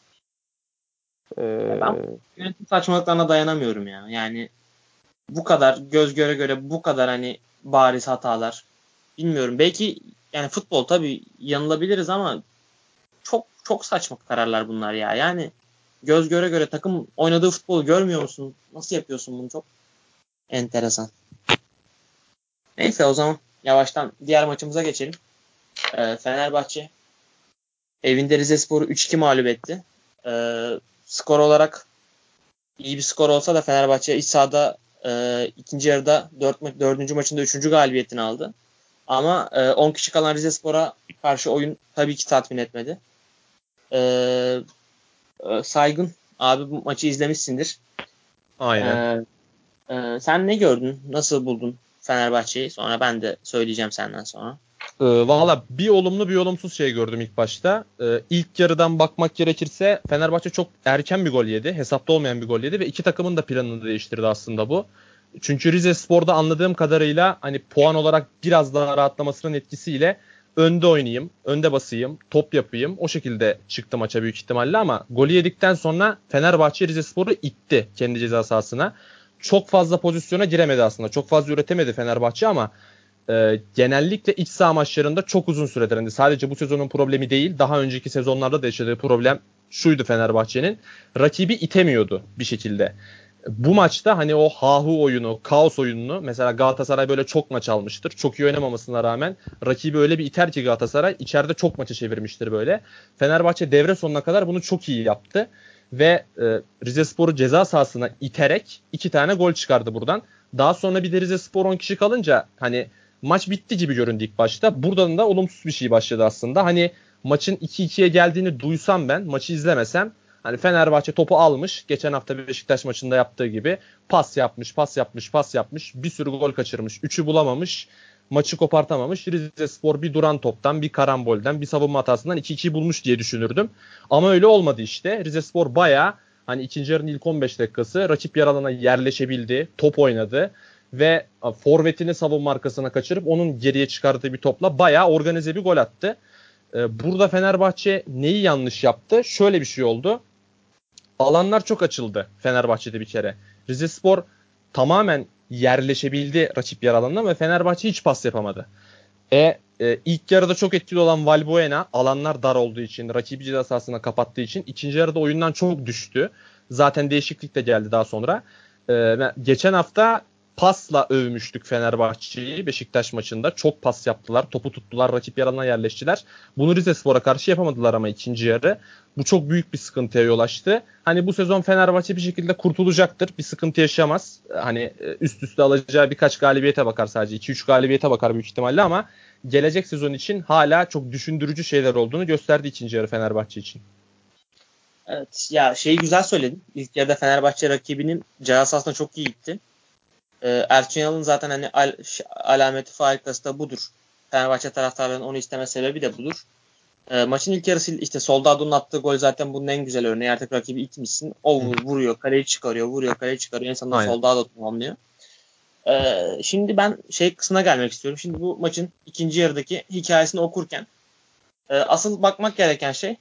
Ben yönetim saçmalıklarına dayanamıyorum ya. Yani bu kadar göz göre göre bu kadar hani bariz hatalar. Bilmiyorum. Belki yani futbol tabii yanılabiliriz ama çok çok saçma kararlar bunlar ya. Yani göz göre göre takım oynadığı futbolu görmüyor musun? Nasıl yapıyorsun bunu? Çok enteresan. Neyse, o zaman yavaştan diğer maçımıza geçelim. Fenerbahçe evinde Rizespor'u 3-2 mağlup etti. Skor olarak iyi bir skor olsa da Fenerbahçe iç sahada ikinci yarıda 4. maçında 3. galibiyetini aldı. Ama 10 kişi kalan Rizespor'a karşı oyun tabii ki tatmin etmedi. Saygın abi, bu maçı izlemişsindir. Aynen. Sen ne gördün? Nasıl buldun Fenerbahçe'yi? Sonra ben de söyleyeceğim senden sonra. Valla bir olumlu bir olumsuz şey gördüm ilk başta. İlk yarıdan bakmak gerekirse Fenerbahçe çok erken bir gol yedi. Hesapta olmayan bir gol yedi ve iki takımın da planını değiştirdi aslında bu. Çünkü Rizespor'da anladığım kadarıyla hani puan olarak biraz daha rahatlamasının etkisiyle önde oynayayım, önde basayım, top yapayım. O şekilde çıktı maça büyük ihtimalle ama golü yedikten sonra Fenerbahçe Rizespor'u itti kendi ceza sahasına. Çok fazla pozisyona giremedi aslında. Çok fazla üretemedi Fenerbahçe ama genellikle iç saha maçlarında çok uzun süredir. Yani sadece bu sezonun problemi değil, daha önceki sezonlarda da yaşadığı problem şuydu Fenerbahçe'nin. Rakibi itemiyordu bir şekilde. Bu maçta hani o hahu oyunu, kaos oyununu mesela Galatasaray böyle çok maç almıştır. Çok iyi oynamamasına rağmen rakibi öyle bir iter ki Galatasaray içeride çok maçı çevirmiştir böyle. Fenerbahçe devre sonuna kadar bunu çok iyi yaptı. Ve Rizespor'u ceza sahasına iterek 2 tane gol çıkardı buradan. Daha sonra bir de Rizespor 10 kişi kalınca hani maç bitti gibi göründü ilk başta. Buradan da olumsuz bir şey başladı aslında. Hani maçın 2-2'ye geldiğini duysam ben, maçı izlemesem, hani Fenerbahçe topu almış, geçen hafta Beşiktaş maçında yaptığı gibi pas yapmış, pas yapmış, pas yapmış, bir sürü gol kaçırmış, 3'ü bulamamış, maçı kopartamamış. Rizespor bir duran toptan, bir karambolden, bir savunma hatasından 2-2'yi bulmuş diye düşünürdüm. Ama öyle olmadı işte. Rizespor bayağı hani ikinci yarının ilk 15 dakikası rakip yer alana yerleşebildi, top oynadı ve forvetini savunma arkasına kaçırıp onun geriye çıkardığı bir topla bayağı organize bir gol attı. Burada Fenerbahçe neyi yanlış yaptı? Şöyle bir şey oldu. Alanlar çok açıldı Fenerbahçe'de bir kere. Rizespor tamamen yerleşebildi rakip yer alanına ve Fenerbahçe hiç pas yapamadı. İlk yarıda çok etkili olan Valbuena alanlar dar olduğu için, rakibi ceza sahasına kapattığı için ikinci yarıda oyundan çok düştü. Zaten değişiklik de geldi daha sonra. Geçen hafta pasla övmüştük Fenerbahçe'yi Beşiktaş maçında. Çok pas yaptılar, topu tuttular, rakip yer alanına yerleştiler. Bunu Rizespor'a karşı yapamadılar ama ikinci yarı. Bu çok büyük bir sıkıntıya yol açtı. Hani bu sezon Fenerbahçe bir şekilde kurtulacaktır. Bir sıkıntı yaşamaz. Hani üst üste alacağı birkaç galibiyete bakar sadece. 2-3 galibiyete bakar büyük ihtimalle ama gelecek sezon için hala çok düşündürücü şeyler olduğunu gösterdi ikinci yarı Fenerbahçe için. Evet ya şeyi güzel söyledin. İlk yarıda Fenerbahçe rakibinin ceza sahasına çok iyi gitti. Ersun Yanal'ın zaten hani alameti farikası da budur. Fenerbahçe taraftarlarının onu isteme sebebi de budur. Maçın ilk yarısı işte Soldado'nun attığı gol zaten bunun en güzel örneği. Artık rakibi itmişsin. O vuruyor, kaleyi çıkarıyor, vuruyor, kaleyi çıkarıyor. En sonunda Soldado tamamlıyor. Şimdi ben şey kısmına gelmek istiyorum. Şimdi bu maçın ikinci yarıdaki hikayesini okurken asıl bakmak gereken şey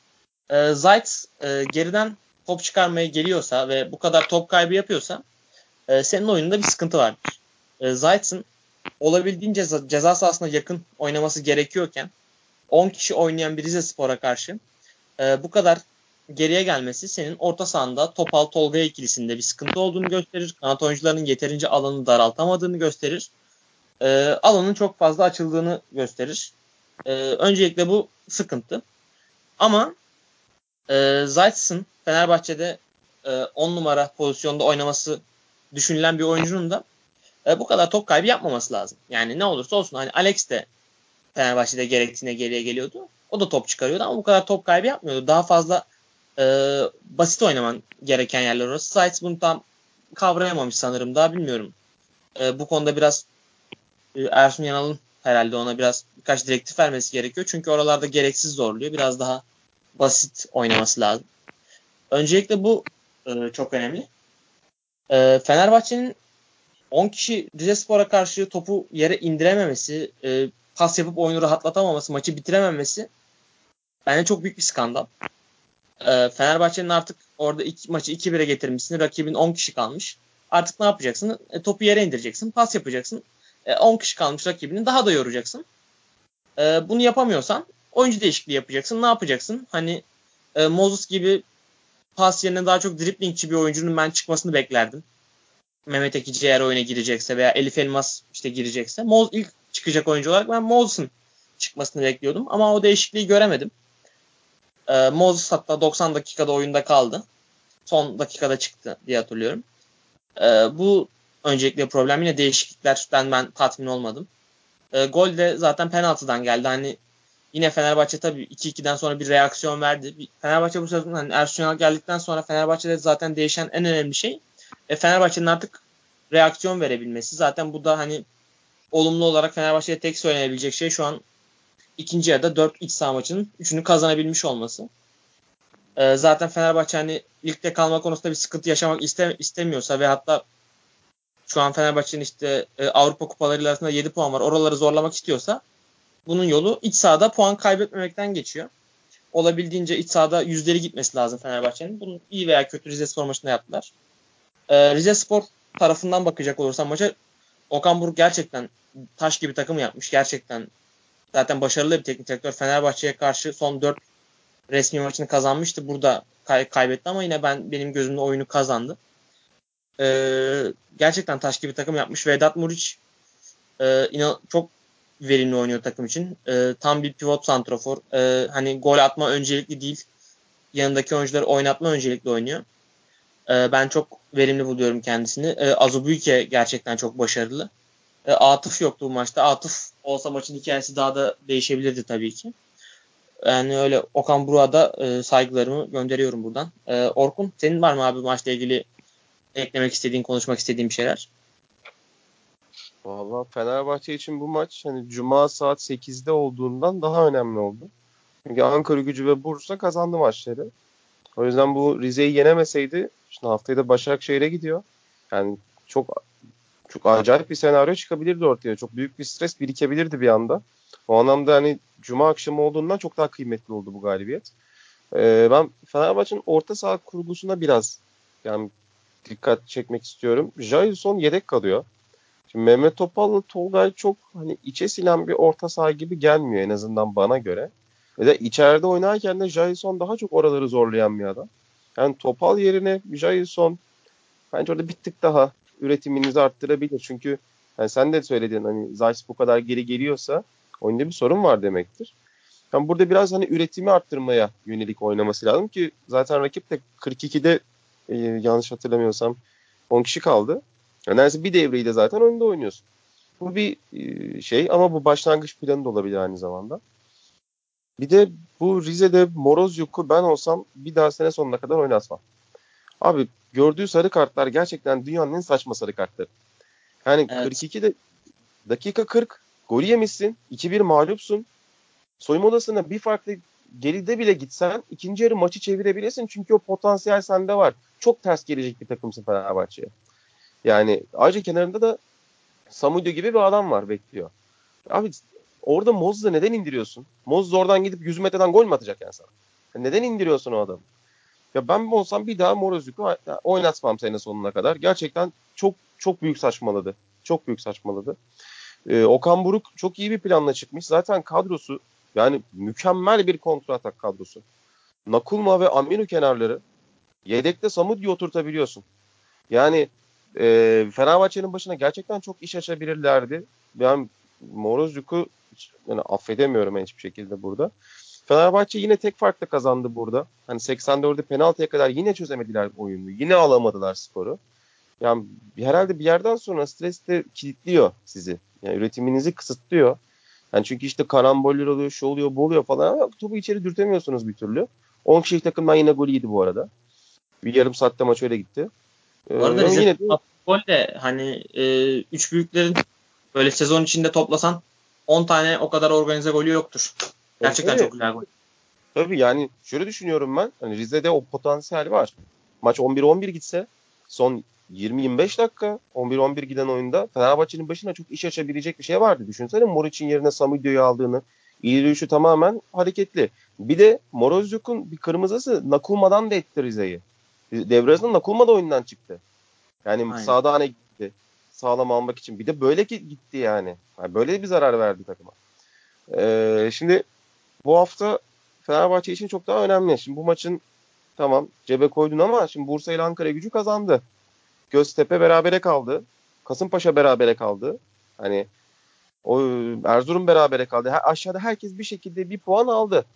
Zayt geriden top çıkarmaya geliyorsa ve bu kadar top kaybı yapıyorsa senin oyununda bir sıkıntı vardır. Zayt'ın olabildiğince ceza sahasına yakın oynaması gerekiyorken 10 kişi oynayan bir Rizespor'a karşı bu kadar geriye gelmesi senin orta sahanda Topal Tolga ikilisinde bir sıkıntı olduğunu gösterir. Kanat oyuncularının yeterince alanı daraltamadığını gösterir. Alanın çok fazla açıldığını gösterir. Öncelikle bu sıkıntı. Ama Zayt'sın Fenerbahçe'de 10 numara pozisyonda oynaması düşünülen bir oyuncunun da bu kadar top kaybı yapmaması lazım. Yani ne olursa olsun hani Alex de Fenerbahçe'de gerektiğine geriye geliyordu. O da top çıkarıyordu ama bu kadar top kaybı yapmıyordu. Daha fazla basit oynaman gereken yerler orası. Zayt bunu tam kavrayamamış sanırım. Daha bilmiyorum. Bu konuda biraz Ersun Yanal'ın herhalde ona biraz birkaç direktif vermesi gerekiyor. Çünkü oralarda gereksiz zorluyor. Biraz daha basit oynaması lazım. Öncelikle bu çok önemli. Fenerbahçe'nin 10 kişi Rizespor'a karşı topu yere indirememesi, pas yapıp oyunu rahatlatamaması, maçı bitirememesi bence çok büyük bir skandal. Fenerbahçe'nin artık orada maçı 2-1'e getirmişsin. Rakibin 10 kişi kalmış. Artık ne yapacaksın? Topu yere indireceksin. Pas yapacaksın. 10 kişi kalmış rakibini daha da yoracaksın. Bunu yapamıyorsan oyuncu değişikliği yapacaksın. Ne yapacaksın? Hani Moses gibi pas yerine daha çok driblingçi bir oyuncunun ben çıkmasını beklerdim. Mehmet Ekici eğer oyuna girecekse veya Elif Elmas işte girecekse. İlk çıkacak oyuncu olarak ben Moses'ın çıkmasını bekliyordum. Ama o değişikliği göremedim. Moses hatta 90 dakikada oyunda kaldı. Son dakikada çıktı diye hatırlıyorum. Bu öncelikle problem. Yine değişikliklerden ben tatmin olmadım. Gol de zaten penaltıdan geldi. Hani yine Fenerbahçe tabii 2-2'den sonra bir reaksiyon verdi. Fenerbahçe bu sezon hani Ersun Yanal geldikten sonra Fenerbahçe'de zaten değişen en önemli şey Fenerbahçe'nin artık reaksiyon verebilmesi. Zaten bu da hani olumlu olarak Fenerbahçe'ye tek söylenebilecek şey şu an ikinci yarıda 4 iç saha maçının 3'ünü kazanabilmiş olması. Zaten Fenerbahçe hani ligde kalma konusunda bir sıkıntı yaşamak istemiyorsa ve hatta şu an Fenerbahçe'nin işte Avrupa kupaları arasında 7 puan var. Oraları zorlamak istiyorsa bunun yolu iç sahada puan kaybetmemekten geçiyor. Olabildiğince iç sahada yüzleri gitmesi lazım Fenerbahçe'nin. Bunu iyi veya kötü Rizespor maçında yaptılar. Rizespor tarafından bakacak olursam maça Okan Buruk gerçekten taş gibi takım yapmış. Gerçekten zaten başarılı bir teknik direktör. Fenerbahçe'ye karşı son 4 resmi maçını kazanmıştı. Burada kaybetti ama yine benim gözümde oyunu kazandı. Gerçekten taş gibi takım yapmış. Vedat Muriç çok verimli oynuyor takım için. Tam bir pivot santrafor. Hani gol atma öncelikli değil. Yanındaki oyuncuları oynatma öncelikli oynuyor. Ben çok verimli buluyorum kendisini. Azubuike gerçekten çok başarılı. Atıf yoktu bu maçta. Atıf olsa maçın hikayesi daha da değişebilirdi tabii ki. Yani öyle Okan Buruk'a da saygılarımı gönderiyorum buradan. Orkun, senin var mı abi maçla ilgili eklemek istediğin, konuşmak istediğin bir şeyler? Vallahi Fenerbahçe için bu maç hani Cuma saat 8'de olduğundan daha önemli oldu. Çünkü Ankaragücü ve Bursa kazandı maçları. O yüzden bu Rize'yi yenemeseydi şimdi haftaya da Başakşehir'e gidiyor. Yani çok çok acayip bir senaryo çıkabilirdi ortaya. Çok büyük bir stres birikebilirdi bir anda. O anlamda hani Cuma akşamı olduğundan çok daha kıymetli oldu bu galibiyet. Ben Fenerbahçe'nin orta saha kurgusuna biraz yani dikkat çekmek istiyorum. Jailson yedek kalıyor. Şimdi Mehmet Topal'la Tolgay çok hani içe sinen bir orta saha gibi gelmiyor en azından bana göre. Ve de içeride oynarken de Jailson daha çok oraları zorlayan bir adam. Yani Topal yerine Jailson bence orada bir tık daha üretiminizi arttırabilir. Çünkü yani sen de söyledin hani Zayt bu kadar geri geliyorsa oyunda bir sorun var demektir. Yani burada biraz hani üretimi arttırmaya yönelik oynaması lazım ki zaten rakip de 42'de yanlış hatırlamıyorsam 10 kişi kaldı. Yani neredeyse bir devreyi de zaten önde oynuyorsun. Bu bir şey ama bu başlangıç planı da olabilir aynı zamanda. Bir de bu Rize'de Morozyuk'u ben olsam bir daha sene sonuna kadar oynatmam. Abi gördüğü sarı kartlar gerçekten dünyanın en saçma sarı kartları. Yani Evet. 42'de dakika 40 golü yemişsin. 2-1 mağlupsun. Soyunma odasına bir farklı geride bile gitsen ikinci yarı maçı çevirebilirsin. Çünkü o potansiyel sende var. Çok ters gelecek bir takımsın Fenerbahçe'ye. Yani ayrıca kenarında da Samudio gibi bir adam var bekliyor. Abi orada Moz'u neden indiriyorsun? Moz oradan gidip 100 metreden gol mü atacak yani sana? Neden indiriyorsun o adamı? Ya ben olsam bir daha Morozuk'u oynatmam sene sonuna kadar. Gerçekten çok çok büyük saçmaladı. Çok büyük saçmaladı. Okan Buruk çok iyi bir planla çıkmış. Zaten kadrosu yani mükemmel bir kontratak kadrosu. Nakulma ve Aminu kenarları yedekte Samudyo oturtabiliyorsun. Yani Fenerbahçe'nin başına gerçekten çok iş açabilirlerdi. Ben Morozuk'u yani affedemiyorum hiçbir şekilde burada. Fenerbahçe yine tek farkla kazandı burada. Hani 84'de penaltıya kadar yine çözemediler oyunu. Yine alamadılar skoru. Yani herhalde bir yerden sonra stres de kilitliyor sizi. Yani üretiminizi kısıtlıyor. Yani çünkü işte karamboller oluyor, şu oluyor, bu oluyor falan. Ama topu içeri dürtemiyorsunuz bir türlü. 10 kişilik takımdan yine gol yedi bu arada. Bir yarım saatte maç öyle gitti. Bu arada Ama Rize yine de gol de hani üç büyüklerin böyle sezon içinde toplasan 10 tane o kadar organize golü yoktur. tabii, Gerçekten tabii. çok güzel gol. Tabii yani şöyle düşünüyorum ben. Hani Rize'de o potansiyel var. Maç 11-11 gitse son 20-25 dakika 11-11 giden oyunda Fenerbahçe'nin başına çok iş açabilecek bir şey vardı. Düşünsene Moriç'in yerine Samidio'yu aldığını. İleri tamamen hareketli. Bir de Morozyuk'un bir kırmızısı Nakulma'dan da etti Rize'yi. Devre arasında Nakulma da oyundan çıktı. Yani Aynen. sağda hani gitti. Sağlam almak için. Bir de böyle ki gitti yani. Yani böyle bir zarar verdi takıma. Şimdi bu hafta Fenerbahçe için çok daha önemli. Şimdi bu maçın tamam cebe koydun ama şimdi Bursa ile Ankaragücü kazandı. Göztepe berabere kaldı. Kasımpaşa berabere kaldı. Hani o Erzurum berabere kaldı. Aşağıda herkes bir şekilde bir puan aldı.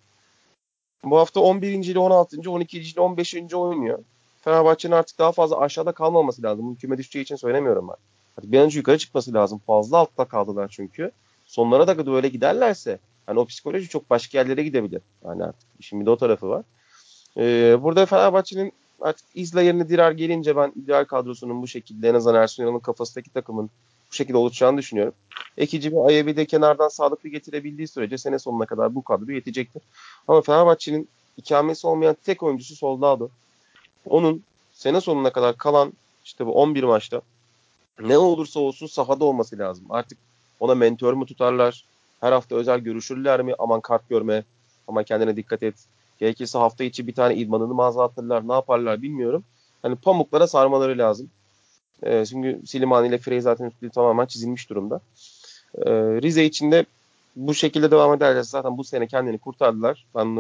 Bu hafta 11. ile 16. 12. ile 15. oynuyor. Fenerbahçe'nin artık daha fazla aşağıda kalmaması lazım. Bu küme düşeceği için söylemiyorum ben. Artık bir an önce yukarı çıkması lazım. Fazla altta kaldılar çünkü. Sonlara da böyle giderlerse hani o psikoloji çok başka yerlere gidebilir. Yani artık işin bir de o tarafı var. Burada Fenerbahçe'nin artık İzla yerine Dirar gelince ben ideal kadrosunun bu şekilde en azından Ersun Yanal'ın kafasındaki takımın bu şekilde oluşacağını düşünüyorum. Ekici bir Ayabi de kenardan sağlıklı getirebildiği sürece sene sonuna kadar bu kadro yetecektir. Ama Fenerbahçe'nin ikamesi olmayan tek oyuncusu Soldado. Onun sene sonuna kadar kalan işte bu 11 maçta ne olursa olsun sahada olması lazım. Artık ona mentor mu tutarlar? Her hafta özel görüşürler mi? Aman kart görme, aman kendine dikkat et. Gerekirse hafta içi bir tane idmanını mı azaltırlar, ne yaparlar bilmiyorum. Hani pamuklara sarmaları lazım. Çünkü Slimani ile Frey zaten üstü tamamen çizilmiş durumda. Rize için de bu şekilde devam ederlerse zaten bu sene kendini kurtardılar. Ben onun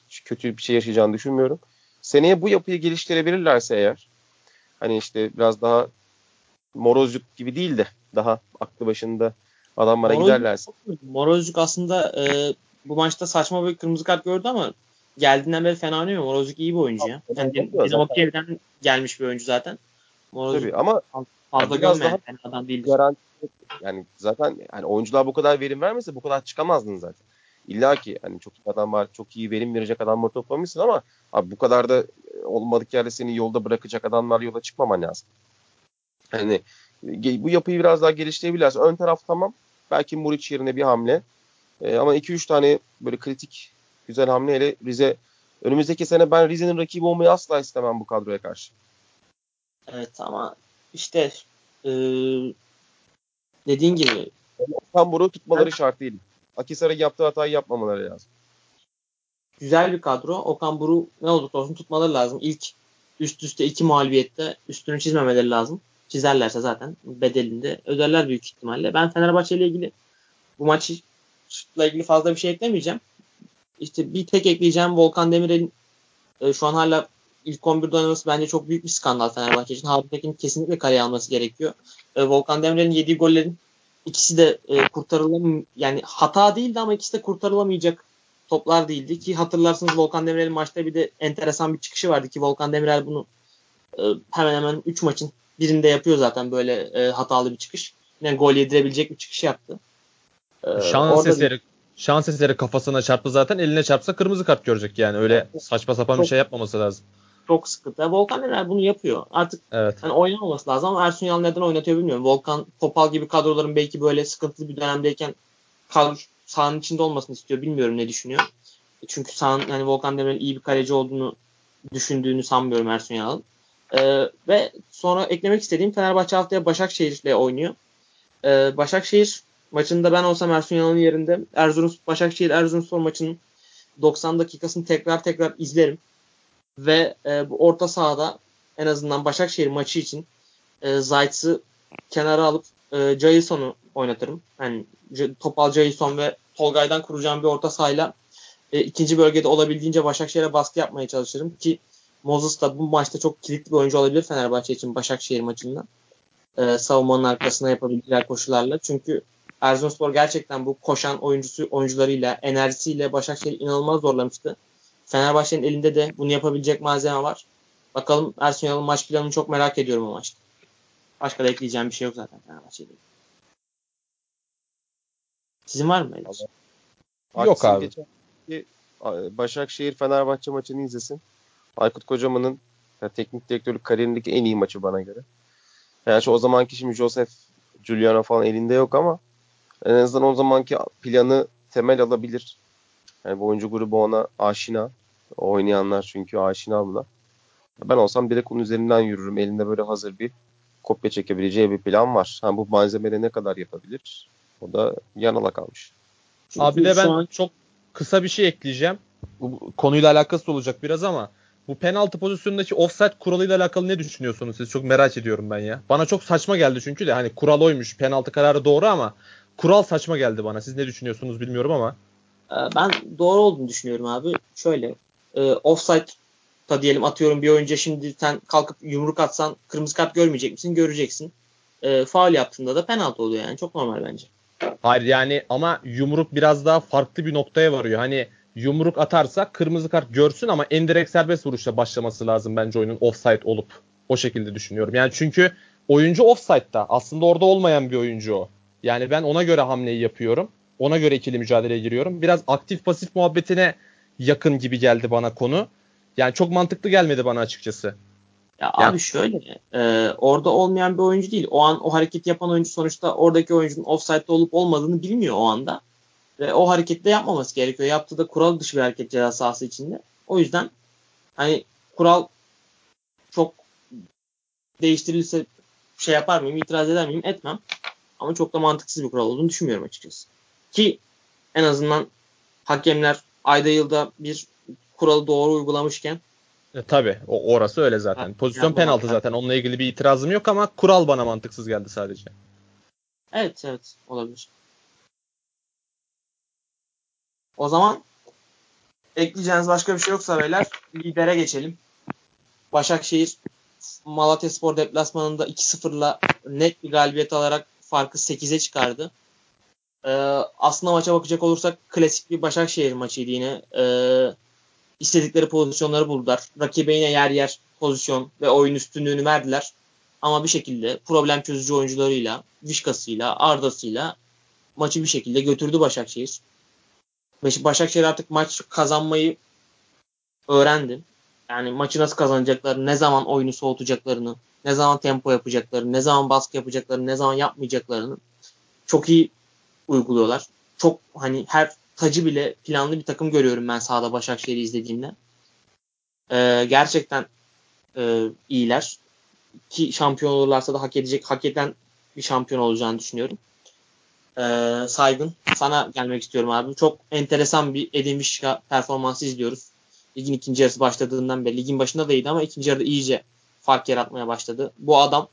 kötü bir şey yaşayacağını düşünmüyorum. Seneye bu yapıyı geliştirebilirlerse eğer, hani işte biraz daha Morozcuk gibi değil de daha aklı başında adamlara giderlerse. Morozcuk aslında bu maçta saçma bir kırmızı kart gördü ama geldiğinden beri fena oynamıyor. Morozcuk iyi bir oyuncu ya. Yani Dinamo Kiev'den gelmiş bir oyuncu zaten. Morozcuk tabii ama fazla biraz gömme daha yani adam değildir. garanti, yani zaten yani oyuncular bu kadar verim vermese bu kadar çıkamazdın zaten. İlla ki hani çok iyi adam var, çok iyi verim verecek adamları toplamışsın ama abi bu kadar da olmadık yerde seni yolda bırakacak adamlar yola çıkmaman lazım. Hani bu yapıyı biraz daha geliştirebilirlerse ön taraf tamam. Belki Muriç yerine bir hamle. Ama 2-3 tane böyle kritik güzel hamleyle Rize önümüzdeki sene ben Rize'nin rakibi olmayı asla istemem bu kadroya karşı. Evet ama işte e, dediğin gibi Okan tutmaları şart değil. Akhisar'ın yaptığı hatayı yapmamaları lazım. güzel bir kadro. Okan Buruk ne olursa olsun tutmaları lazım. İlk üst üste 2 mağlubiyette üstünü çizmemeleri lazım. Çizerlerse zaten bedelini de öderler büyük ihtimalle. Ben Fenerbahçe ile ilgili bu maçla ilgili fazla bir şey eklemeyeceğim. İşte bir tek ekleyeceğim Volkan Demirel'in şu an hala ilk 11'de oynaması bence çok büyük bir skandal Fenerbahçe için. Harun Tekin'in kesinlikle kaleye alması gerekiyor. Volkan Demirel'in yediği gollerin ikisi de yani hata değildi ama ikisi de kurtarılamayacak toplar değildi ki hatırlarsınız Volkan Demirel'in maçta bir de enteresan bir çıkışı vardı ki Volkan Demirel bunu hemen hemen 3 maçın birinde yapıyor zaten böyle hatalı bir çıkış. Yani gol yedirebilecek bir çıkış yaptı. Şans eseri kafasına çarptı zaten. Eline çarpsa kırmızı kart görecek yani. Öyle saçma sapan bir şey yapmaması lazım. Çok sıkıntı. Volkan Demirel bunu yapıyor. Artık evet. hani oynamaması lazım ama Ersun Yanal neden oynatıyor bilmiyorum. Volkan, Topal gibi kadroların belki böyle sıkıntılı bir dönemdeyken sahanın içinde olmasını istiyor. Bilmiyorum ne düşünüyor. Çünkü yani Volkan Demirel iyi bir kaleci olduğunu düşündüğünü sanmıyorum Ersun Yanal'ın. Ve sonra eklemek istediğim Fenerbahçe haftaya Başakşehir'le oynuyor. Başakşehir maçında ben olsam Ersun Yanal'ın yerinde Başakşehir-Erzurumspor maçının 90 dakikasını tekrar izlerim. Ve bu orta sahada en azından Başakşehir maçı için Zayt'sı kenara alıp Jailson'u oynatırım. Yani Topal, Jailson ve Tolgay'dan kuracağım bir orta sahayla ikinci bölgede olabildiğince Başakşehir'e baskı yapmaya çalışırım ki Moses da bu maçta çok kilitli bir oyuncu olabilir Fenerbahçe için Başakşehir maçında. Savunmanın arkasına yapabileceği koşularla. Çünkü Erzurumspor gerçekten bu koşan oyuncularıyla, enerjisiyle Başakşehir inanılmaz zorlamıştı. Fenerbahçe'nin elinde de bunu yapabilecek malzeme var. Bakalım Ersun Yanal'ın maç planını çok merak ediyorum o maçta. Başka da ekleyeceğim bir şey yok zaten Fenerbahçe'de. Sizin var mı öyle? Yok abi. Geçen Başakşehir Fenerbahçe maçını izlesin. Aykut Kocaman'ın teknik direktörlük kariyerindeki en iyi maçı bana göre. Yani o zamanki şimdi Joseph, Giuliano falan elinde yok ama en azından o zamanki planı temel alabilir. Yani bu oyuncu grubu ona aşina. Oynayanlar çünkü aşina buna. Ben olsam direkt onun üzerinden yürürüm. Elinde böyle hazır bir kopya çekebileceği bir plan var. Bu malzemede ne kadar yapabilir? O da yanala kalmış. Abi de ben çok kısa bir şey ekleyeceğim. Bu konuyla alakası olacak biraz ama bu penaltı pozisyonundaki offside kuralıyla alakalı ne düşünüyorsunuz siz? Çok merak ediyorum ben ya. Bana çok saçma geldi çünkü de hani kural oymuş. Penaltı kararı doğru ama kural saçma geldi bana. Siz ne düşünüyorsunuz bilmiyorum ama. Ben doğru olduğunu düşünüyorum abi. Şöyle offside'da diyelim atıyorum bir oyuncuya şimdi sen kalkıp yumruk atsan kırmızı kart görmeyecek misin? Göreceksin. Faul yaptığında da penaltı oluyor yani. Çok normal bence. Hayır yani ama yumruk biraz daha farklı bir noktaya varıyor. Hani yumruk atarsa kırmızı kart görsün ama en direkt serbest vuruşla başlaması lazım bence oyunun offside olup. O şekilde düşünüyorum. Yani çünkü oyuncu offside'da. Aslında orada olmayan bir oyuncu o. Yani ben ona göre hamleyi yapıyorum. Ona göre ikili mücadeleye giriyorum. Biraz aktif pasif muhabbetine yakın gibi geldi bana konu. Yani çok mantıklı gelmedi bana açıkçası. Ya abi şöyle orada olmayan bir oyuncu değil. O an o hareketi yapan oyuncu sonuçta oradaki oyuncunun offside'de olup olmadığını bilmiyor o anda. Ve o hareketi de yapmaması gerekiyor. Yaptığı da kural dışı bir hareket ceza sahası içinde. O yüzden hani kural çok değiştirilirse şey yapar mıyım, itiraz eder miyim? Etmem. Ama çok da mantıksız bir kural olduğunu düşünmüyorum açıkçası. Ki en azından hakemler ayda yılda bir kuralı doğru uygulamışken Tabii orası öyle zaten. Pozisyon yazmamak penaltı lazım. zaten. Onunla ilgili bir itirazım yok ama kural bana mantıksız geldi sadece. Evet olabilir. O zaman Ekleyeceğiniz başka bir şey yoksa beyler lidere geçelim. Başakşehir Malatyaspor deplasmanında 2-0'la net bir galibiyet alarak farkı 8'e çıkardı. Aslında maça bakacak olursak klasik bir Başakşehir maçıydı yine. İstedikleri pozisyonları buldular. Rakibe yine yer yer pozisyon ve oyun üstünlüğünü verdiler. Ama bir şekilde problem çözücü oyuncularıyla, Vişka'sıyla, Arda'sıyla maçı bir şekilde götürdü Başakşehir. Başakşehir artık maç kazanmayı öğrendi. Yani maçı nasıl kazanacaklarını, ne zaman oyunu soğutacaklarını, ne zaman tempo yapacaklarını, ne zaman baskı yapacaklarını, ne zaman yapmayacaklarını çok iyi uyguluyorlar. Çok hani her tacı bile planlı bir takım görüyorum ben sahada Başakşehir'i izlediğimde. Gerçekten iyiler. Ki şampiyon olurlarsa da hak eden bir şampiyon olacağını düşünüyorum. Saygın, sana gelmek istiyorum abi. Çok enteresan bir Edin Visca performansı izliyoruz. Ligin ikinci yarısı başladığından beri. Ligin başında da iyiydi ama ikinci yarıda iyice fark yaratmaya başladı. Bu adam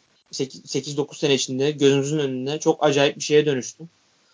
8-9 sene içinde gözümüzün önünde çok acayip bir şeye dönüştü.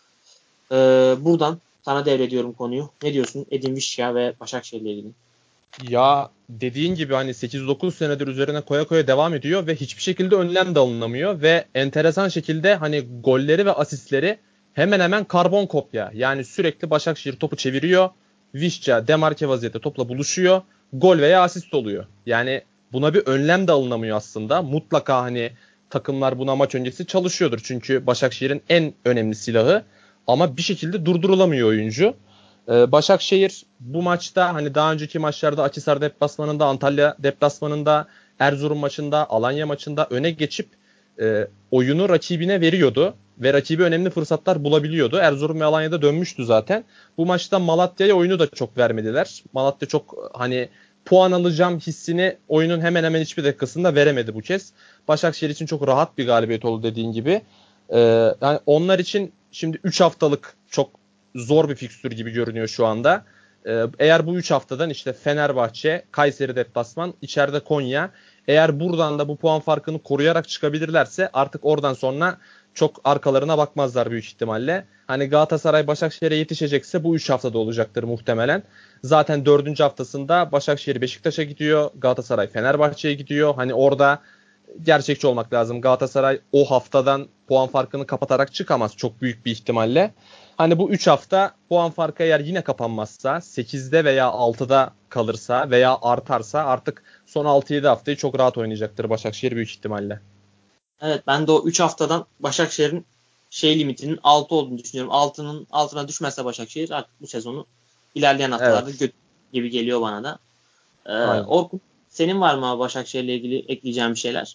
Buradan sana devrediyorum konuyu. Ne diyorsun Edin Visca ve Başakşehir'le ilgili? Ya dediğin gibi hani 8-9 senedir üzerine koya koya devam ediyor ve hiçbir şekilde önlem de alınamıyor ve enteresan şekilde hani golleri ve asistleri hemen hemen karbon kopya. Yani sürekli Başakşehir topu çeviriyor. Visca demarke vaziyette topla buluşuyor. Gol veya asist oluyor. Yani buna bir önlem de alınamıyor aslında. Mutlaka hani takımlar buna maç öncesi çalışıyordur. Çünkü Başakşehir'in en önemli silahı ama bir şekilde durdurulamıyor oyuncu. Başakşehir bu maçta hani daha önceki maçlarda Akhisar deplasmanında, Antalya deplasmanında, Erzurum maçında, Alanya maçında öne geçip oyunu rakibine veriyordu ve rakibi önemli fırsatlar bulabiliyordu. Erzurum ve Alanya'da dönmüştü zaten. Bu maçta Malatya'ya oyunu da çok vermediler. Malatya çok hani puan alacağım hissini oyunun hemen hemen hiçbir dakikasında veremedi bu kez. Başakşehir için çok rahat bir galibiyet oldu dediğin gibi. Yani onlar için şimdi 3 haftalık çok zor bir fikstür gibi görünüyor şu anda. Eğer bu 3 haftadan işte Fenerbahçe, Kayseri deplasman, içeride Konya. Eğer buradan da bu puan farkını koruyarak çıkabilirlerse artık oradan sonra çok arkalarına bakmazlar büyük ihtimalle. Hani Galatasaray Başakşehir'e yetişecekse bu 3 haftada olacaktır muhtemelen. Zaten 4. haftasında Başakşehir Beşiktaş'a gidiyor. Galatasaray Fenerbahçe'ye gidiyor. Hani orada gerçekçi olmak lazım. Galatasaray o haftadan puan farkını kapatarak çıkamaz çok büyük bir ihtimalle. Hani bu 3 hafta puan farkı eğer yine kapanmazsa 8'de veya 6'da kalırsa veya artarsa artık son 6-7 haftayı çok rahat oynayacaktır Başakşehir büyük ihtimalle. Evet, ben de o 3 haftadan Başakşehir'in limitinin 6 olduğunu düşünüyorum. 6'nın altına düşmezse Başakşehir artık bu sezonu ilerleyen haftalarda Evet. gibi geliyor bana da. Aynen. Orkun, senin var mı Başakşehir'le ilgili ekleyeceğin bir şeyler?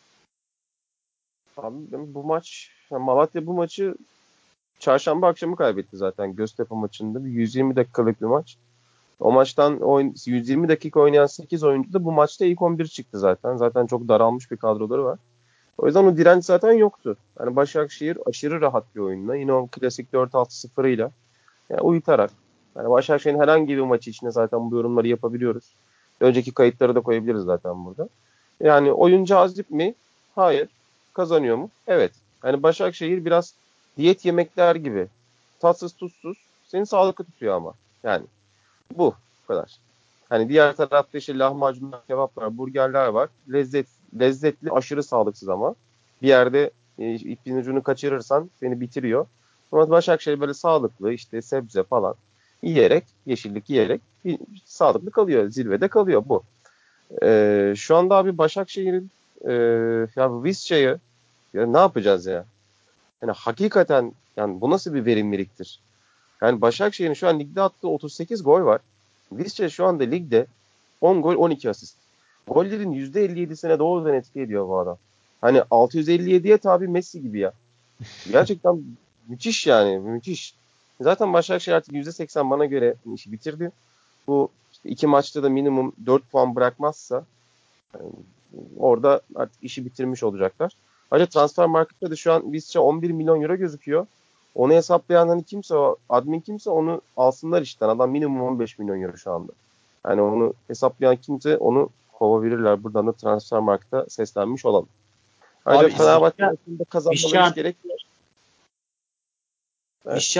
Abi bu maç, Malatya bu maçı çarşamba akşamı kaybetti zaten Göztepe maçında. Bir 120 dakikalık bir maç. O maçtan 120 dakika oynayan 8 oyuncu da bu maçta ilk 11 çıktı zaten. Zaten çok daralmış bir kadroları var. O yüzden o direnç zaten yoktu. Yani Başakşehir aşırı rahat bir oyunla. Yine o klasik 4-6-0'ıyla yani uyutarak. Yani Başakşehir'in herhangi bir maçı içinde zaten bu yorumları yapabiliyoruz. Önceki kayıtları da koyabiliriz zaten burada. Yani oyun cazip mi? Hayır. Kazanıyor mu? Evet. Yani Başakşehir biraz diyet yemekler gibi. Tatsız tuzsuz. Seni sağlıklı tutuyor ama. Yani bu kadar. Hani diğer tarafta işte lahmacunlar, kebaplar, burgerler var. Lezzetli, aşırı sağlıksız ama. Bir yerde ipin ucunu kaçırırsan seni bitiriyor. Ama Başakşehir böyle sağlıklı işte sebze falan yiyerek, yeşillik yiyerek sağlıklı kalıyor. Zirvede kalıyor bu. Şu anda abi Başakşehir'in ya Visca'yı ya ne yapacağız ya? Yani hakikaten yani bu nasıl bir verimliliktir? Yani Başakşehir'in şu an ligde attığı 38 gol var. Visca şu anda ligde 10 gol 12 asist. Gollerin %57'sine doğrudan etki ediyor bu adam. Hani 657'ye tabi Messi gibi ya. Gerçekten müthiş yani müthiş. Zaten Başakşehir artık %80 bana göre işi bitirdi. Bu işte 2 maçta da minimum 4 puan bırakmazsa yani orada artık işi bitirmiş olacaklar. Ayrıca transfer markette de şu an Visca 11 milyon euro gözüküyor. Onu hesaplayan hani kimse o admin kimse onu alsınlar işten. Adam minimum 15 milyon euro şu anda. Yani onu hesaplayan kimse onu kovabilirler. Buradan da transfer markete seslenmiş olalım. Ayrıca Abi Fenerbahçe Visca, maçında kazanmaları Visca, hiç gerekmiyor. Evet. Visca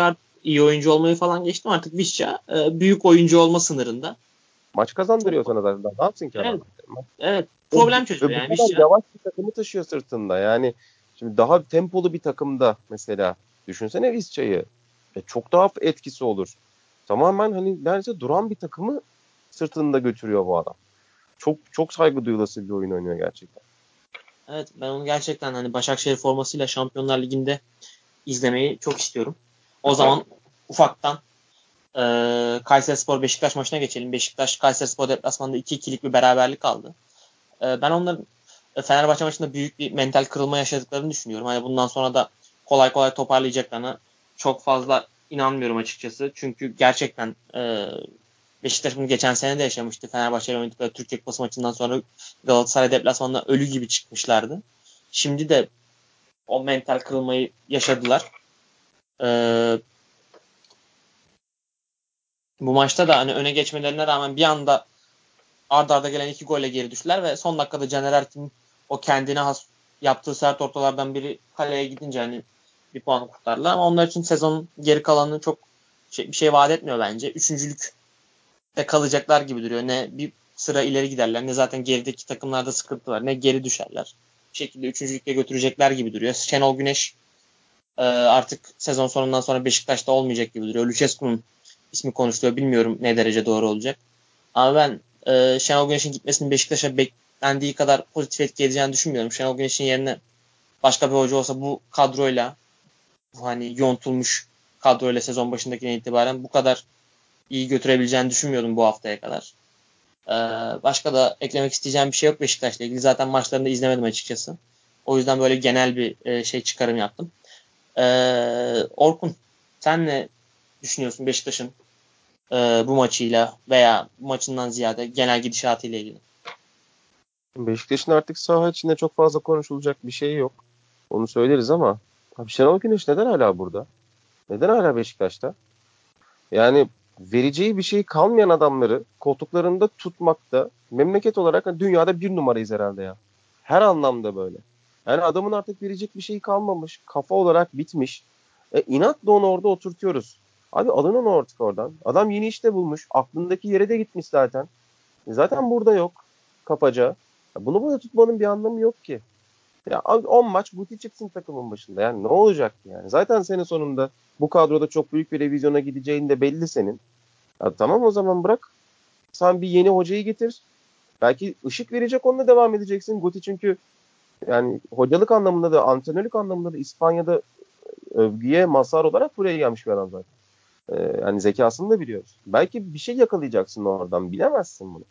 iyi oyuncu olmayı falan geçtim. Artık Visca büyük oyuncu olma sınırında. Maç kazandırıyor sana zaten. Ne yapsın ki adam? Evet. Evet. Ve Problem çözüyor bu yani kadar Visca. yavaş bir takımı taşıyor sırtında. Yani şimdi daha tempolu bir takımda mesela düşünsene Visca'yı. Çok daha etkisi olur. Tamamen hani neredeyse duran bir takımı sırtında götürüyor bu adam. Çok çok saygı duyulası bir oyun oynuyor gerçekten. Evet, ben onu gerçekten hani Başakşehir formasıyla Şampiyonlar Ligi'nde izlemeyi çok istiyorum. O zaman ufaktan Kayserispor Beşiktaş maçına geçelim. Beşiktaş Kayserispor deplasmanında 2-2'lik bir beraberlik aldı. Ben onların Fenerbahçe maçında büyük bir mental kırılma yaşadıklarını düşünüyorum. Hani bundan sonra da kolay kolay toparlayacaklarına çok fazla inanmıyorum açıkçası. Çünkü gerçekten Beşiktaş bunu geçen sene de yaşamıştı. Fenerbahçe ile oynadıkları Türkiye Kupası maçından sonra Galatasaray deplasmanına ölü gibi çıkmışlardı. Şimdi de o mental kırılmayı yaşadılar. Ee, Bu maçta da hani öne geçmelerine rağmen bir anda arda arda gelen 2 golle geri düştüler ve son dakikada Caner Erkin'in o kendine has yaptığı sert ortalardan biri kaleye gidince hani bir puan kurtardılar. Ama onlar için sezonun geri kalanını çok bir şey vaat etmiyor bence. Üçüncülükte kalacaklar gibi duruyor. Ne bir sıra ileri giderler ne zaten gerideki takımlarda sıkıntı var. Ne geri düşerler. Bir şekilde üçüncülükte götürecekler gibi duruyor. Şenol Güneş artık sezon sonundan sonra Beşiktaş'ta olmayacak gibi duruyor. Lucescu'nun ismi konuşuluyor. Bilmiyorum ne derece doğru olacak. Ama ben Şenol Güneş'in gitmesinin Beşiktaş'a beklendiği kadar pozitif etki edeceğini düşünmüyorum. Şenol Güneş'in yerine başka bir hoca olsa bu kadroyla hani yontulmuş kadroyla sezon başındakine itibaren bu kadar iyi götürebileceğini düşünmüyordum bu haftaya kadar. Başka da eklemek isteyeceğim bir şey yok Beşiktaş'la ilgili. Zaten maçlarını da izlemedim açıkçası. O yüzden böyle genel bir çıkarım yaptım. Orkun, sen ne düşünüyorsun Beşiktaş'ın bu maçıyla veya bu maçından ziyade genel gidişatıyla ilgili? Beşiktaş'ın artık saha içinde çok fazla konuşulacak bir şey yok. Onu söyleriz ama abi Şenol Güneş neden hala burada? Neden hala Beşiktaş'ta? Yani vereceği bir şey kalmayan adamları koltuklarında tutmakta memleket olarak hani dünyada bir numarayız herhalde ya. Her anlamda böyle. Yani adamın artık verecek bir şey kalmamış. Kafa olarak bitmiş. İnatla onu orada oturtuyoruz. Abi alın onu artık oradan. Adam yeni işte bulmuş. Aklındaki yere de gitmiş zaten. Zaten burada yok. Kapaca. Bunu böyle tutmanın bir anlamı yok ki. Ya abi 10 maç Guti çıksın takımın başında. Yani ne olacak yani? Zaten senin sonunda bu kadroda çok büyük bir revizyona gideceğin de belli senin. Ya tamam o zaman bırak. Sen bir yeni hocayı getir. Belki ışık verecek onunla devam edeceksin. Guti çünkü yani hocalık anlamında da antrenörlük anlamında da İspanya'da övgüye mazhar olarak buraya gelmiş bir adam zaten. Yani zekasını da biliyoruz. Belki bir şey yakalayacaksın oradan. Bilemezsin bunu.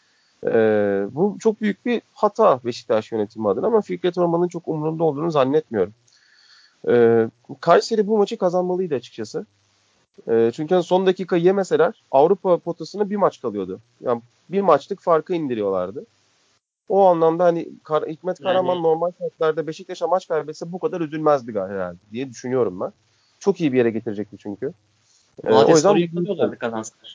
Bu çok büyük bir hata Beşiktaş yönetimi adına ama Fikret Orman'ın çok umurunda olduğunu zannetmiyorum. Kayseri bu maçı kazanmalıydı açıkçası. Çünkü hani son dakika yemeseler Avrupa potasına bir maç kalıyordu. Yani bir maçlık farkı indiriyorlardı. O anlamda hani Hikmet Karaman Yani normal şartlarda Beşiktaş'a maç kaybetse bu kadar üzülmezdi herhalde diye düşünüyorum ben. Çok iyi bir yere getirecekti çünkü. O Malatyaspor'u yüzden bu büyük yıkılıyorlardı kazansalar.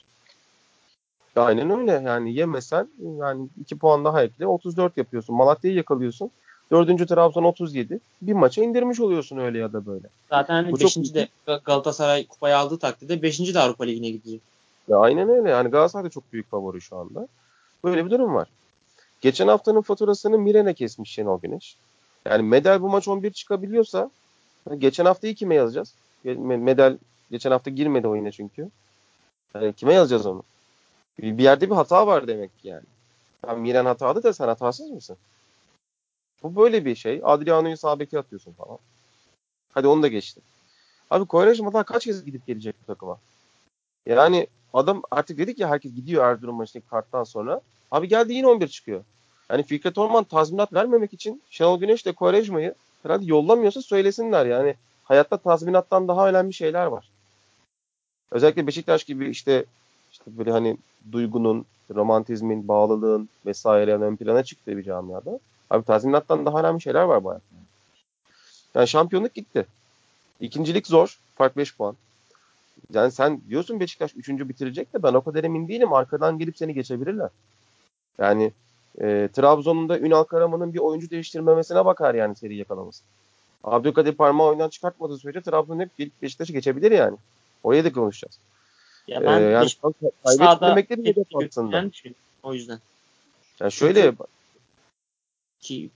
aynen öyle. Yani yemesen yani 2 puan daha ekle 34 yapıyorsun. Malatya'yı yakalıyorsun. Dördüncü Trabzon 37. Bir maça indirmiş oluyorsun öyle ya da böyle. Zaten Bu hani çok 5. büyük. de Galatasaray kupayı aldığı takdirde 5. de Avrupa Ligi'ne gidecek. Ya aynen öyle. Yani Galatasaray da çok büyük favori şu anda. Böyle bir durum var. Geçen haftanın faturasını Miren'e kesmiş Şenol Güneş. Yani Medel bu maç 11 çıkabiliyorsa geçen haftayı kime yazacağız? Medel geçen hafta girmedi oyuna çünkü. Yani kime yazacağız onu? Bir yerde bir hata var demek ki yani. Yani Miren hatalı da sen hatasız mısın? Bu böyle bir şey. Adriano'yu sağ beke atıyorsun falan. Hadi onu da geçtim. Abi Koyrejma daha kaç kez gidip gelecek bu takıma? Yani adam artık dedik ya herkes gidiyor Erzurum maçındaki karttan sonra. Abi geldi yine 11 çıkıyor. Yani Fikret Orman tazminat vermemek için Şenol Güneş de Koyrejma'yı herhalde yollamıyorsa söylesinler yani. Hayatta tazminattan daha önemli şeyler var. Özellikle Beşiktaş gibi işte böyle hani duygunun, romantizmin, bağlılığın vesaire ön plana çıktığı bir camiada. Abi tazminattan daha önemli şeyler var bu hayatta. Yani şampiyonluk gitti. İkincilik zor. Fark 5 puan. Yani sen diyorsun Beşiktaş 3. bitirecek de ben o kadar emin değilim. Arkadan gelip seni geçebilirler. Yani Trabzon'un da Ünal Karaman'ın bir oyuncu değiştirmemesine bakar yani seri yakalaması. Abdülkadir parmağı oyundan çıkartmadığı sürece Trabzon hep gelip Beşiktaş'ı geçebilir yani. Oraya da konuşacağız. Ya ben Yani kaybetmemek de bir hedef aslında. O yüzden. Yani şöyle 2-3.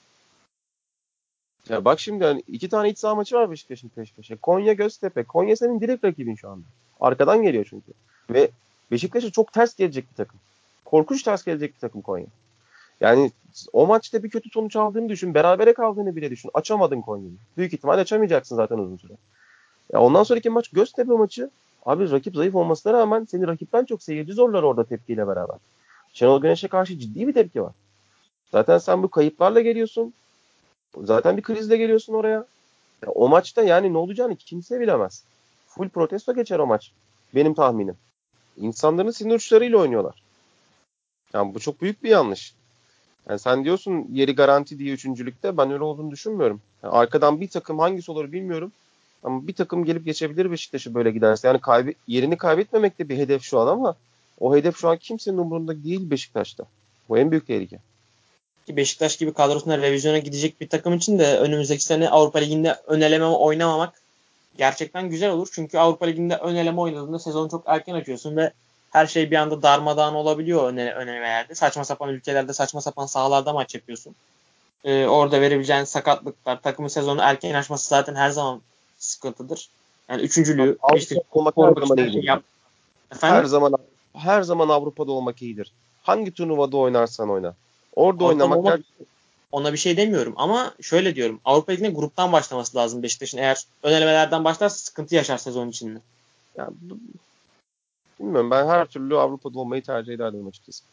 Ya bak şimdi hani 2 tane iç saha maçı var Beşiktaş'ın peş peşe. Konya, Göztepe. Konya senin direkt rakibin şu anda. Arkadan geliyor çünkü. Ve Beşiktaş'a çok ters gelecek bir takım. Korkunç ters gelecek bir takım Konya. Yani o maçta bir kötü sonuç aldığını düşün. Berabere kaldığını bile düşün. Açamadın Konya'yı. Büyük ihtimal açamayacaksın zaten uzun süre. Ya ondan sonraki maç Göztepe maçı. Abi rakip zayıf olmasına rağmen seni rakipten çok seyirci zorlar orada tepkiyle beraber. Şenol Güneş'e karşı ciddi bir tepki var. Zaten sen bu kayıplarla geliyorsun. Zaten bir krizle geliyorsun oraya. Ya o maçta yani ne olacağını kimse bilemez. Full protesto geçer o maç. Benim tahminim. İnsanların sinir uçlarıyla oynuyorlar. Yani bu çok büyük bir yanlış. Yani sen diyorsun yeri garanti diye üçüncülükte. Ben öyle olduğunu düşünmüyorum. Yani arkadan bir takım hangisi olur bilmiyorum. Ama bir takım gelip geçebilir Beşiktaş'ı böyle giderse. Yani yerini kaybetmemek de bir hedef şu an ama o hedef şu an kimsenin umurunda değil Beşiktaş'ta. Bu en büyük tehlike. Ki Beşiktaş gibi kadrosuna revizyona gidecek bir takım için de önümüzdeki sene Avrupa Ligi'nde ön eleme oynamamak gerçekten güzel olur. Çünkü Avrupa Ligi'nde ön eleme oynadığında sezonu çok erken açıyorsun ve her şey bir anda darmadağın olabiliyor ön elemelerde. Saçma sapan ülkelerde, saçma sapan sahalarda maç yapıyorsun. Orada verebileceğin sakatlıklar, takımın sezonu erken açması zaten her zaman sıkıntıdır. Yani üçüncülüğü Avrupa'da Beşiktaş olmak her korumak zaman için her şeyi iyidir. yap. Her Efendim? zaman her zaman Avrupa'da olmak iyidir. Hangi turnuvada oynarsan oyna. Orada Avrupa'da oynamak olmak Ona bir şey demiyorum ama şöyle diyorum. Avrupa Ligi'ne gruptan başlaması lazım Beşiktaş'ın. Eğer ön elemelerden başlarsa sıkıntı yaşar sezon içinde. yani, bilmiyorum ben her türlü Avrupa'da olmayı tercih ederdim açıkçası.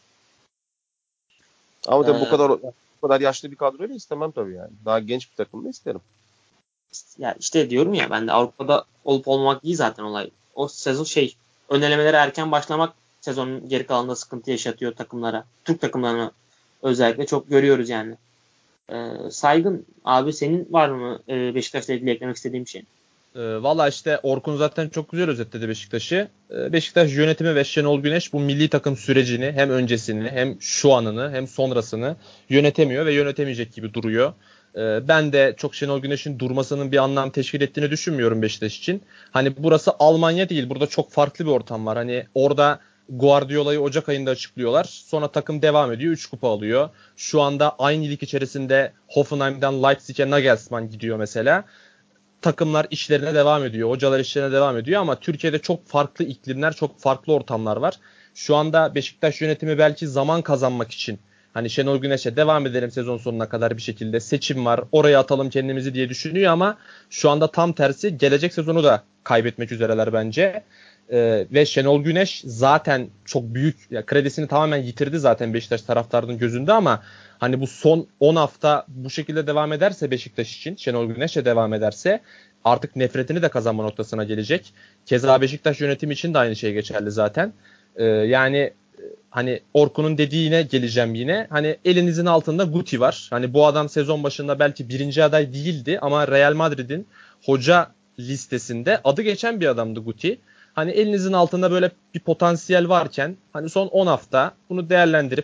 Ama tabii Ee, bu kadar yaşlı bir kadroyla istemem tabii yani. Daha genç bir takımda isterim. Ya işte diyorum ya, ben de Avrupa'da olup olmamak değil zaten olay. O sezon ön elemelere erken başlamak sezonun geri kalanında sıkıntı yaşatıyor takımlara. Türk takımlarına özellikle çok görüyoruz yani. Saygın abi, senin var mı Beşiktaş'la ilgili eklemek istediğim bir şey? Valla işte Orkun zaten çok güzel özetledi Beşiktaş'ı. Beşiktaş yönetimi ve Şenol Güneş bu milli takım sürecini hem öncesini hem şu anını hem sonrasını yönetemiyor ve yönetemeyecek gibi duruyor. Ben de çok Şenol Güneş'in durmasının bir anlam teşkil ettiğini düşünmüyorum Beşiktaş için. Hani burası Almanya değil. Burada çok farklı bir ortam var. Hani orada Guardiola'yı Ocak ayında açıklıyorlar. Sonra takım devam ediyor. 3 kupa alıyor. Şu anda aynı lig içerisinde Hoffenheim'den Leipzig'e Nagelsmann gidiyor mesela. Takımlar işlerine devam ediyor. Hocalar işlerine devam ediyor ama Türkiye'de çok farklı iklimler, çok farklı ortamlar var. Şu anda Beşiktaş yönetimi belki zaman kazanmak için hani Şenol Güneş'e devam edelim sezon sonuna kadar bir şekilde, seçim var oraya atalım kendimizi diye düşünüyor ama şu anda tam tersi, gelecek sezonu da kaybetmek üzereler bence. Ve Şenol Güneş zaten çok büyük ya, kredisini tamamen yitirdi zaten Beşiktaş taraftarının gözünde ama hani bu son 10 hafta bu şekilde devam ederse Beşiktaş için, Şenol Güneş'le devam ederse artık nefretini de kazanma noktasına gelecek. Keza Beşiktaş yönetimi için de aynı şey geçerli zaten. Yani hani Orkun'un dediğine geleceğim yine. Hani elinizin altında Guti var. Hani bu adam sezon başında belki birinci aday değildi ama Real Madrid'in hoca listesinde adı geçen bir adamdı Guti. Hani elinizin altında böyle bir potansiyel varken hani son 10 hafta bunu değerlendirip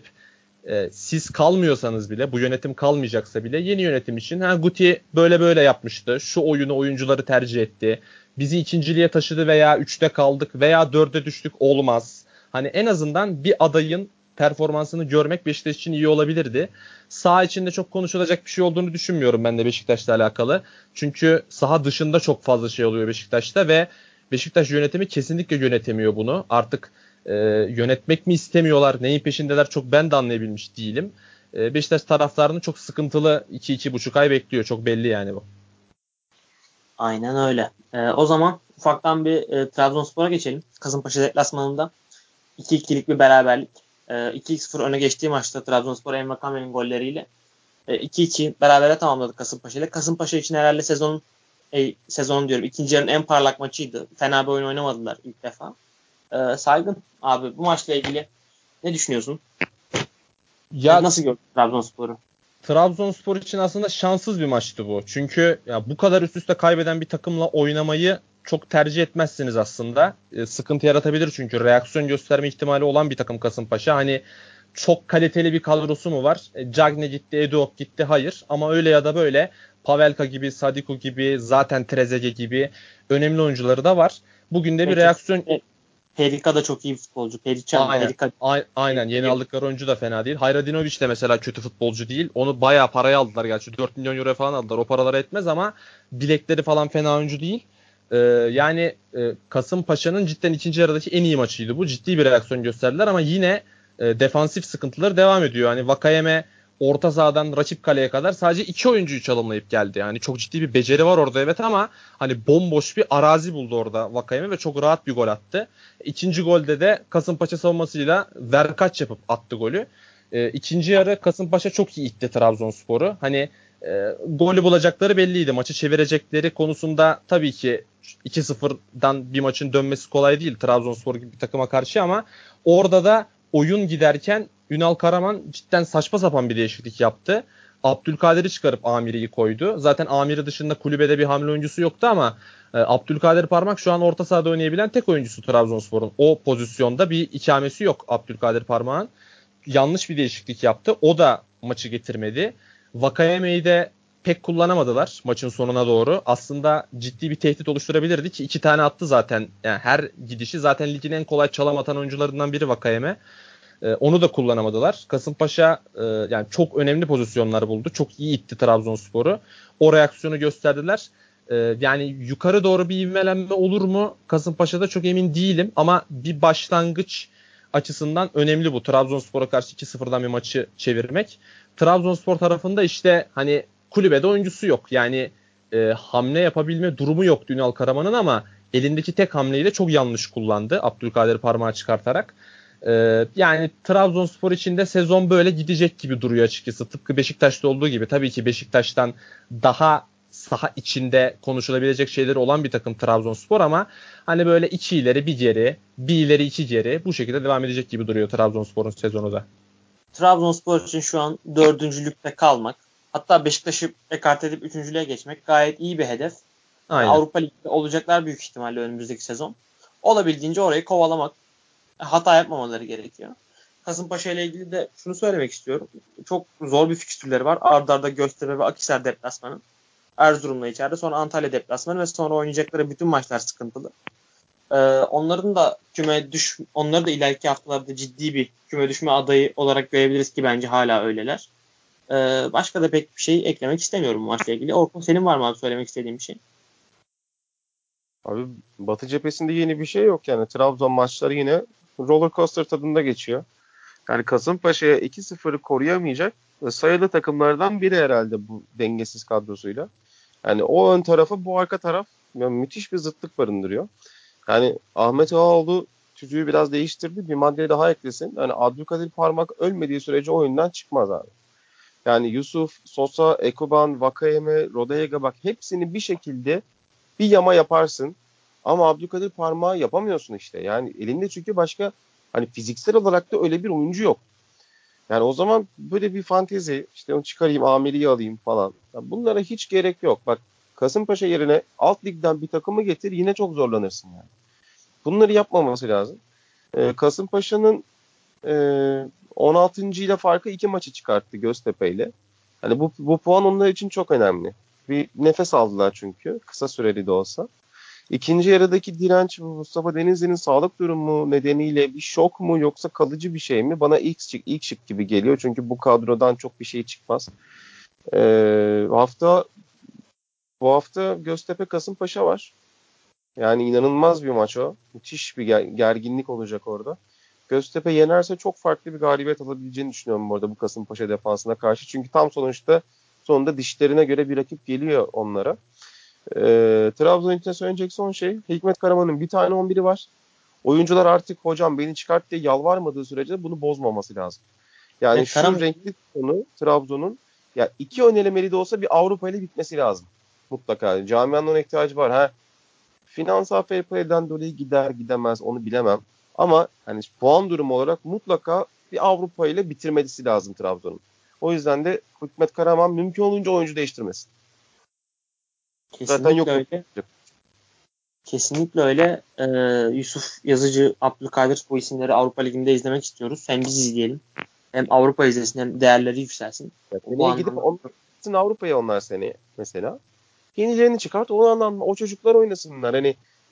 siz kalmıyorsanız bile, bu yönetim kalmayacaksa bile yeni yönetim için Guti böyle böyle yapmıştı. Şu oyuncuları tercih etti. Bizi ikinciliğe taşıdı veya 3'te kaldık veya 4'e düştük olmaz. Hani en azından bir adayın performansını görmek Beşiktaş için iyi olabilirdi. Saha içinde çok konuşulacak bir şey olduğunu düşünmüyorum ben de Beşiktaş'la alakalı. Çünkü saha dışında çok fazla şey oluyor Beşiktaş'ta ve Beşiktaş yönetimi kesinlikle yönetemiyor bunu. Artık yönetmek mi istemiyorlar, neyin peşindeler çok ben de anlayabilmiş değilim. Beşiktaş taraftarını çok sıkıntılı 2-2,5 ay bekliyor. Çok belli yani bu. Aynen öyle. O zaman ufaktan bir Trabzonspor'a geçelim. Kasımpaşa deplasmanında 2-2'lik bir beraberlik. 2-0 öne geçtiği maçta Trabzonspor Emre Kamer'in golleriyle 2-2 berabere tamamladı Kasımpaşa ile. Kasımpaşa için herhalde sezonun diyorum ikinci yarının en parlak maçıydı. Fena bir oyun oynamadılar ilk defa. Saygın abi, bu maçla ilgili ne düşünüyorsun? Ya Nasıl gördün Trabzonspor'u? Trabzonspor için aslında şanssız bir maçtı bu. Çünkü ya bu kadar üst üste kaybeden bir takımla oynamayı çok tercih etmezsiniz aslında. Sıkıntı yaratabilir çünkü reaksiyon gösterme ihtimali olan bir takım Kasımpaşa. Hani çok kaliteli bir kadrosu mu var? Cagne gitti, Eduok gitti. Hayır. Ama öyle ya da böyle Pavelka gibi, Sadiku gibi, zaten Trezeguet gibi önemli oyuncuları da var. Bugün de bir Peki. reaksiyon. Perika da çok iyi bir futbolcu. Perican, Aynen. Perika. Aynen. Yeni aldıkları oyuncu da fena değil. Hayradinovic de mesela kötü futbolcu değil. Onu bayağı paraya aldılar gerçi. 4 milyon euro falan aldılar. O paralara etmez ama bilekleri falan fena oyuncu değil. Yani Kasımpaşa'nın cidden ikinci yarıdaki en iyi maçıydı bu. Ciddi bir reaksiyon gösterdiler ama yine defansif sıkıntıları devam ediyor. Hani Vakayeme orta sahadan rakip kaleye kadar sadece 2 oyuncuyu çalımlayıp geldi. Yani çok ciddi bir beceri var orada evet ama hani bomboş bir arazi buldu orada Vakayeme ve çok rahat bir gol attı. İkinci golde de Kasımpaşa savunmasıyla verkaç yapıp attı golü. İkinci yarı Kasımpaşa çok iyi itti Trabzonspor'u. Hani golü bulacakları belliydi. Maçı çevirecekleri konusunda tabii ki 2-0'dan bir maçın dönmesi kolay değil Trabzonspor gibi bir takıma karşı ama orada da oyun giderken Ünal Karaman cidden saçma sapan bir değişiklik yaptı. Abdülkadir'i çıkarıp Amiri'yi koydu. Zaten Amiri dışında kulübede bir hamle oyuncusu yoktu ama Abdülkadir Parmak şu an orta sahada oynayabilen tek oyuncusu Trabzonspor'un. O pozisyonda bir ikamesi yok Abdülkadir Parmak'ın. Yanlış bir değişiklik yaptı. O da maçı getirmedi. Vakayeme'yi de pek kullanamadılar maçın sonuna doğru. Aslında ciddi bir tehdit oluşturabilirdi ki 2 tane attı zaten. Yani her gidişi zaten ligin en kolay çalım atan oyuncularından biri Vakayeme. Onu da kullanamadılar. Kasımpaşa yani çok önemli pozisyonlar buldu. Çok iyi itti Trabzonspor'u. O reaksiyonu gösterdiler. Yani yukarı doğru bir ivmelenme olur mu? Kasımpaşa'da çok emin değilim ama bir başlangıç açısından önemli bu. Trabzonspor'a karşı 2-0'dan bir maçı çevirmek. Trabzonspor tarafında işte hani kulübede oyuncusu yok. Yani hamle yapabilme durumu yok Ünal Karaman'ın ama elindeki tek hamleyi de çok yanlış kullandı. Abdülkadir parmağı çıkartarak. Yani Trabzonspor için de sezon böyle gidecek gibi duruyor açıkçası. Tıpkı Beşiktaş'ta olduğu gibi. Tabii ki Beşiktaş'tan daha saha içinde konuşulabilecek şeyleri olan bir takım Trabzonspor ama hani böyle iki ileri bir geri, bir ileri iki geri bu şekilde devam edecek gibi duruyor Trabzonspor'un sezonu da. Trabzonspor için şu an dördüncülükte kalmak, hatta Beşiktaş'ı ekart edip üçüncülüğe geçmek gayet iyi bir hedef. Aynen. Avrupa Ligi'nde olacaklar büyük ihtimalle önümüzdeki sezon. Olabildiğince orayı kovalamak, hata yapmamaları gerekiyor. Kasımpaşa ile ilgili de şunu söylemek istiyorum. Çok zor bir fikstürleri var. Arda arda Göztepe ve Akhisar deplasmanı. Erzurum'la içeride. Sonra Antalya deplasmanı ve sonra oynayacakları bütün maçlar sıkıntılı. Onları da ileriki haftalarda ciddi bir küme düşme adayı olarak görebiliriz ki bence hala öyleler. Başka da pek bir şey eklemek istemiyorum bu maçla ilgili. Orkun senin var mı abi söylemek istediğin bir şey? Abi Batı cephesinde yeni bir şey yok yani. Trabzon maçları yine roller coaster tadında geçiyor. Yani Kasımpaşa'ya 2-0'ı koruyamayacak sayılı takımlardan biri herhalde bu dengesiz kadrosuyla. Yani o ön tarafı bu arka taraf yani müthiş bir zıtlık barındırıyor. Yani Ahmet Ağaoğlu tüzüğü biraz değiştirdi. Bir madde daha eklesin. Yani Abdülkadir Parmak ölmediği sürece oyundan çıkmaz abi. Yani Yusuf, Sosa, Ekuban, Vakayeme, Rodallega bak hepsini bir şekilde bir yama yaparsın. Ama Abdülkadir Parmağı yapamıyorsun işte. Yani elinde çünkü başka hani fiziksel olarak da öyle bir oyuncu yok. Yani o zaman böyle bir fantezi işte onu çıkarayım Amiri'yi alayım falan. Ya bunlara hiç gerek yok. Bak Kasımpaşa yerine alt ligden bir takımı getir yine çok zorlanırsın yani. Bunları yapmaması lazım. Kasımpaşa'nın 16. ile farkı 2 maçı çıkarttı Göztepe ile. Hani bu puan onlar için çok önemli. Bir nefes aldılar çünkü kısa süreli de olsa. İkinci yarıdaki direnç Mustafa Denizli'nin sağlık durumu nedeniyle bir şok mu yoksa kalıcı bir şey mi? Bana ilk şık gibi geliyor. Çünkü bu kadrodan çok bir şey çıkmaz. Ee, hafta Bu hafta Göztepe Kasımpaşa var. Yani inanılmaz bir maç o. Müthiş bir gerginlik olacak orada. Göztepe yenerse çok farklı bir galibiyet alabileceğini düşünüyorum bu arada bu Kasımpaşa defansına karşı. Çünkü tam sonunda dişlerine göre bir rakip geliyor onlara. Trabzon için söyleyecek son şey Hikmet Karaman'ın bir tane 11'i var. Oyuncular artık hocam beni çıkart diye yalvarmadığı sürece bunu bozmaması lazım. Yani Evet, şu renkli konu Trabzon'un ya 2 ön elemeli de olsa bir Avrupa ile bitmesi lazım. Mutlaka. Camianın ona ihtiyacı var. Finansal fair play'den dolayı gider gidemez onu bilemem. Ama hani puan durumu olarak mutlaka bir Avrupa ile bitirmesi lazım Trabzon'un. O yüzden de Hikmet Karaman mümkün olunca oyuncu değiştirmesin. Zaten kesinlikle yok. öyle. Kesinlikle öyle. Yusuf Yazıcı, Abdülkadir bu isimleri Avrupa Ligi'nde izlemek istiyoruz. Hem biz izleyelim. Hem Avrupa izlesin hem değerleri yükselsin. Bu Seneye gidip anlamda Avrupa'ya onlar seneye mesela. Yenilerini çıkart o anlamda o çocuklar oynasınlar. Hani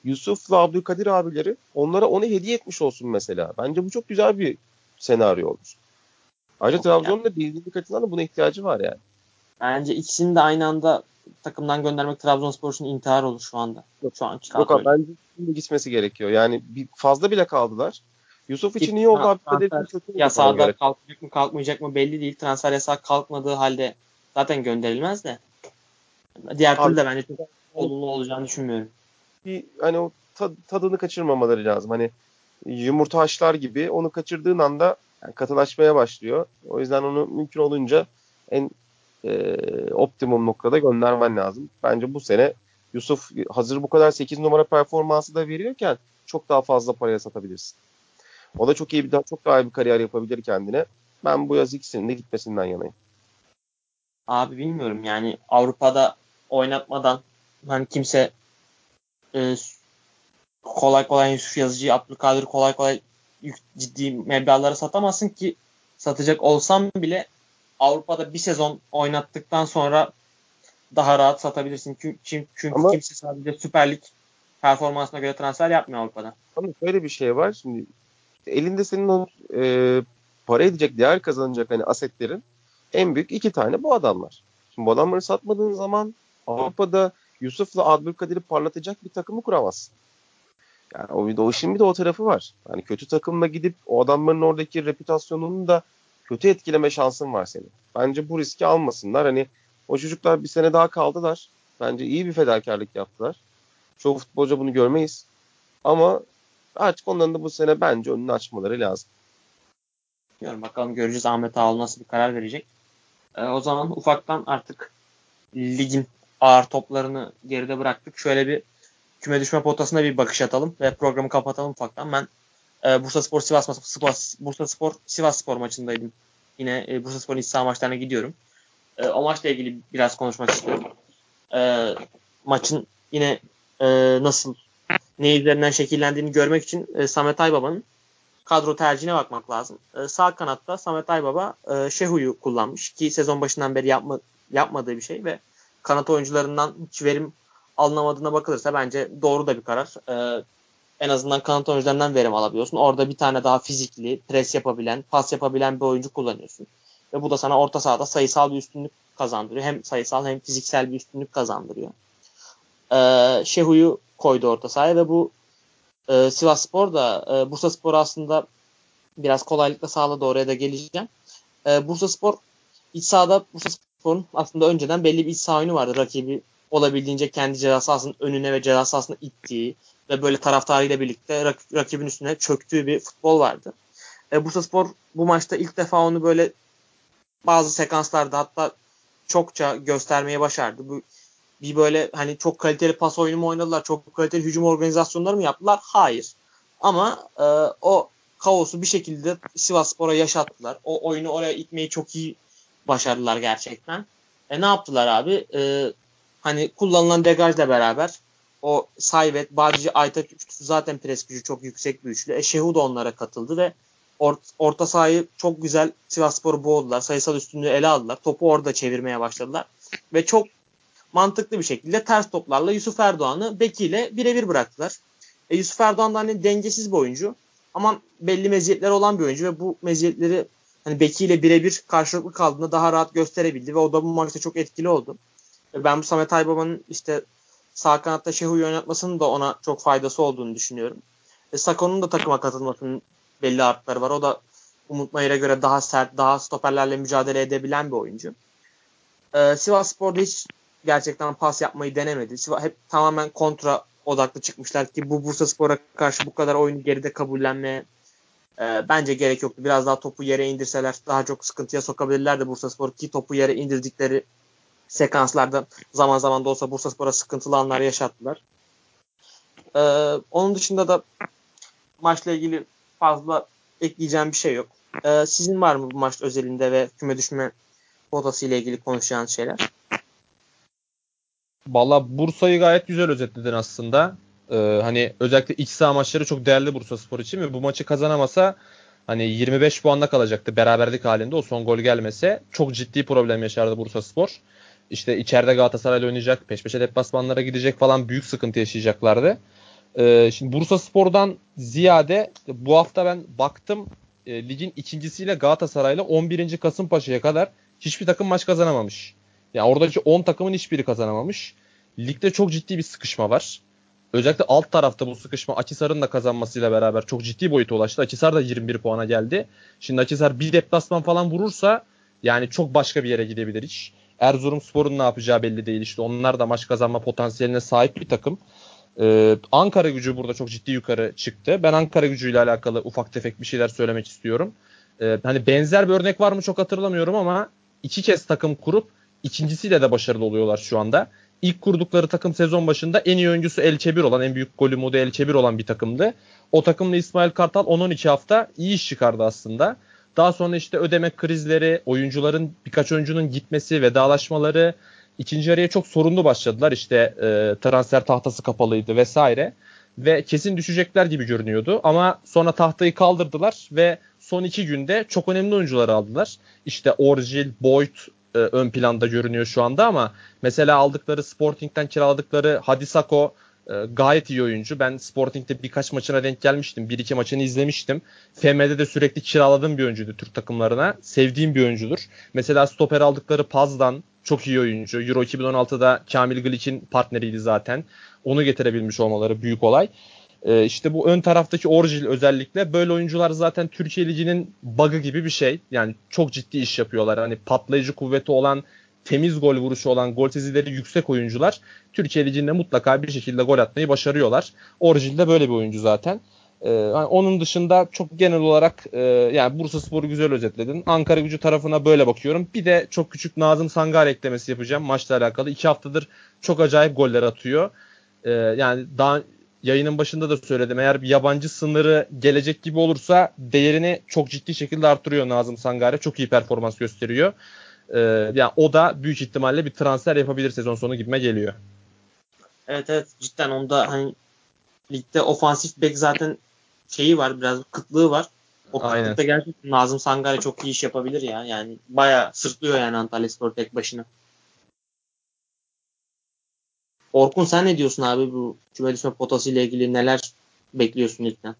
Yusuf'la Abdülkadir abileri onlara onu hediye etmiş olsun mesela. Bence bu çok güzel bir senaryo olur. Ayrıca Çok yani. Trabzon'un da bildiği açıdan da buna ihtiyacı var yani. Bence ikisini de aynı anda takımdan göndermek Trabzonspor için intihar olur şu anda. Şu anki Yok abi, kadroyla. bence ikisinin de gitmesi gerekiyor. Yani bir fazla bile kaldılar. Yusuf için Ki iyi oldu, Abdülkadir için transfer kötü oldu bana yasağı da göre. kalkacak mı kalkmayacak mı belli değil. Transfer yasağı kalkmadığı halde zaten gönderilmez de. Diğer Abi türlü de bence çok olumlu olacağını düşünmüyorum. bir hani o tadını kaçırmamaları lazım. Hani yumurta haşlar gibi onu kaçırdığın anda yani katılaşmaya başlıyor. O yüzden onu mümkün olunca en optimum noktada göndermen lazım. Bence bu sene Yusuf hazır bu kadar 8 numara performansı da veriyorken çok daha fazla paraya satabilirsin. O da çok iyi çok daha iyi bir kariyer yapabilir kendine. Ben bu yaz ikisinin de gitmesinden yanayım. Abi bilmiyorum yani Avrupa'da oynatmadan hani kimse e, kolay kolay Yusuf Yazıcı'yı, Abdülkadir kolay kolay ciddi meblağlara satamazsın ki satacak olsam bile Avrupa'da bir sezon oynattıktan sonra daha rahat satabilirsin. Çünkü Ama kimse sadece Süper Lig performansına göre transfer yapmıyor Avrupa'da. ama şöyle bir şey var. Şimdi elinde senin o para edecek, değer kazanacak hani asetlerin en büyük iki tane bu adamlar. Şimdi bu adamları satmadığın zaman Avrupa'da Yusuf'la Abdülkadir'i parlatacak bir takımı kuramazsın. Yani o işin bir de o tarafı var. Yani kötü takımla gidip o adamların oradaki reputasyonunu da kötü etkileme şansın var senin. Bence bu riski almasınlar. Hani o çocuklar bir sene daha kaldılar. Bence iyi bir fedakarlık yaptılar. Çoğu futbolcu bunu görmeyiz. Ama artık onların da bu sene bence önünü açmaları lazım. Diyorum bakalım göreceğiz Ahmet Ağaoğlu nasıl bir karar verecek. O zaman ufaktan artık ligin ağır toplarını geride bıraktık. Şöyle bir küme düşme potasına bir bakış atalım ve programı kapatalım ufaktan. Ben Bursaspor Sivasspor maçındaydım. Yine Bursaspor'un iç saha maçlarına gidiyorum. O maçla ilgili biraz konuşmak istiyorum. Maçın yine nasıl ne üzerinden şekillendiğini görmek için Samet Aybaba'nın kadro tercihine bakmak lazım. Sağ kanatta Samet Aybaba Şehu'yu kullanmış ki sezon başından beri yapmadığı bir şey ve kanat oyuncularından hiç verim alınamadığına bakılırsa bence doğru da bir karar. En azından kanat oyuncularından verim alabiliyorsun. Orada bir tane daha fizikli, pres yapabilen, pas yapabilen bir oyuncu kullanıyorsun. Ve bu da sana orta sahada sayısal bir üstünlük kazandırıyor. Hem sayısal hem fiziksel bir üstünlük kazandırıyor. Şehu'yu koydu orta sahaya ve bu Sivasspor da Bursaspor aslında biraz kolaylıkla sağladı, oraya da geleceğim. Bursaspor iç sahada Bursaspor'un aslında önceden belli bir iç saha oyunu vardı. Rakibi olabildiğince kendi ceza sahasının önüne ve ceza sahasına ittiği ve böyle taraftarıyla birlikte rakibin üstüne çöktüğü bir futbol vardı. Bursaspor bu maçta ilk defa onu böyle bazı sekanslarda hatta çokça göstermeye başardı. Bu bir böyle hani çok kaliteli pas oyunu mu oynadılar, çok kaliteli hücum organizasyonları mı yaptılar? Hayır. Ama o kaosu bir şekilde Sivasspor'a yaşattılar. O oyunu oraya itmeyi çok iyi başardılar gerçekten. Ne yaptılar abi? Hani kullanılan degajla beraber o Sayvet, Badici, Aytaç üçlüsü zaten pres gücü çok yüksek bir üçlü. Şehu da onlara katıldı ve orta sahayı çok güzel Sivasspor'u boğdular. Sayısal üstünlüğü ele aldılar. Topu orada çevirmeye başladılar. Ve çok mantıklı bir şekilde ters toplarla Yusuf Erdoğan'ı bekiyle birebir bıraktılar. Yusuf Erdoğan da hani dengesiz bir oyuncu ama belli meziyetleri olan bir oyuncu ve bu meziyetleri hani bekiyle birebir karşılıklı kaldığında daha rahat gösterebildi ve o da bu maçta çok etkili oldu. Ben bu Samet Aybaba'nın işte sağ kanatta Şehu'yu oynatmasının da ona çok faydası olduğunu düşünüyorum. Sako'nun da takıma katılmasının belli artları var. O da Umut Nayır'a göre daha sert, daha stoperlerle mücadele edebilen bir oyuncu. Sivasspor'da hiç gerçekten pas yapmayı denemedi. Hep tamamen kontra odaklı çıkmışlar ki bu Bursaspor'a karşı bu kadar oyunu geride kabullenmeye bence gerek yoktu. Biraz daha topu yere indirseler daha çok sıkıntıya sokabilirlerdi Bursaspor ki topu yere indirdikleri sekanslarda zaman zaman da olsa Bursaspor'a sıkıntılı anlar yaşattılar. Onun dışında da maçla ilgili fazla ekleyeceğim bir şey yok. Sizin var mı bu maç özelinde ve küme düşme potası ile ilgili konuşacağınız şeyler? Valla Bursa'yı gayet güzel özetledin aslında. Hani özellikle iç saha maçları çok değerli Bursaspor için ve bu maçı kazanamasa hani 25 puanla kalacaktı beraberlik halinde o son gol gelmese. Çok ciddi problem yaşardı Bursaspor. İşte içeride Galatasaray'la oynayacak, peş peşe deplasmanlara gidecek falan büyük sıkıntı yaşayacaklardı. Şimdi Bursaspor'dan ziyade bu hafta ben baktım ligin ikincisiyle Galatasaray'la 11. Kasımpaşa'ya kadar hiçbir takım maç kazanamamış. Yani oradaki 10 takımın hiçbiri kazanamamış. Ligde çok ciddi bir sıkışma var. Özellikle alt tarafta bu sıkışma Akhisar'ın da kazanmasıyla beraber çok ciddi boyuta ulaştı. Akhisar da 21 puana geldi. Şimdi Akhisar bir deplasman falan vurursa yani çok başka bir yere gidebilir iş. Erzurumspor'un ne yapacağı belli değil. İşte onlar da maç kazanma potansiyeline sahip bir takım. Ankara Gücü burada çok ciddi yukarı çıktı. Ben Ankara Gücü ile alakalı ufak tefek bir şeyler söylemek istiyorum. Hani benzer bir örnek var mı çok hatırlamıyorum ama 2 kez takım kurup ikincisiyle de başarılı oluyorlar şu anda. İlk kurdukları takım sezon başında en iyi oyuncusu El Çebir olan, en büyük golü modu El Çebir olan bir takımdı. O takımla İsmail Kartal 10-12 hafta iyi iş çıkardı aslında. Daha sonra işte ödeme krizleri, birkaç oyuncunun gitmesi, vedalaşmaları, İkinci yarıya çok sorunlu başladılar. İşte transfer tahtası kapalıydı vesaire. Ve kesin düşecekler gibi görünüyordu. Ama sonra tahtayı kaldırdılar ve son 2 günde çok önemli oyuncular aldılar. İşte Orjil, Boyd ön planda görünüyor şu anda ama mesela aldıkları Sporting'den kiraladıkları Hadisako gayet iyi oyuncu. Ben Sporting'de birkaç maçına denk gelmiştim. 1-2 maçını izlemiştim. FM'de de sürekli kiraladığım bir oyuncuydu Türk takımlarına. Sevdiğim bir oyuncudur. Mesela stoper aldıkları Paz'dan çok iyi oyuncu. Euro 2016'da Kamil Glic'in partneriydi zaten. Onu getirebilmiş olmaları büyük olay. İşte bu ön taraftaki Orjil özellikle böyle oyuncular zaten Türkiye Ligi'nin bug'ı gibi bir şey. Yani çok ciddi iş yapıyorlar. Hani patlayıcı kuvveti olan, temiz gol vuruşu olan, gol sezileri yüksek oyuncular Türkiye Ligi'nde mutlaka bir şekilde gol atmayı başarıyorlar. Orjil de böyle bir oyuncu zaten. Yani onun dışında çok genel olarak yani Bursaspor'u güzel özetledin. Ankara Gücü tarafına böyle bakıyorum. Bir de çok küçük Nazım Sangar eklemesi yapacağım maçla alakalı. 2 haftadır çok acayip goller atıyor. Yani daha yayının başında da söyledim. Eğer bir yabancı sınırı gelecek gibi olursa değerini çok ciddi şekilde arttırıyor Nazım Sangar'e. Çok iyi performans gösteriyor. Yani o da büyük ihtimalle bir transfer yapabilir sezon sonu gibime geliyor. Evet, evet, cidden onda hani ligde ofansif bek zaten şeyi var, biraz kıtlığı var. O Aynen. kıtlıkta gerçekten Nazım Sangare çok iyi iş yapabilir ya. Yani bayağı sırtlıyor yani Antalyaspor tek başına. Orkun sen ne diyorsun abi bu küme düşme potası ile ilgili neler bekliyorsun ligden?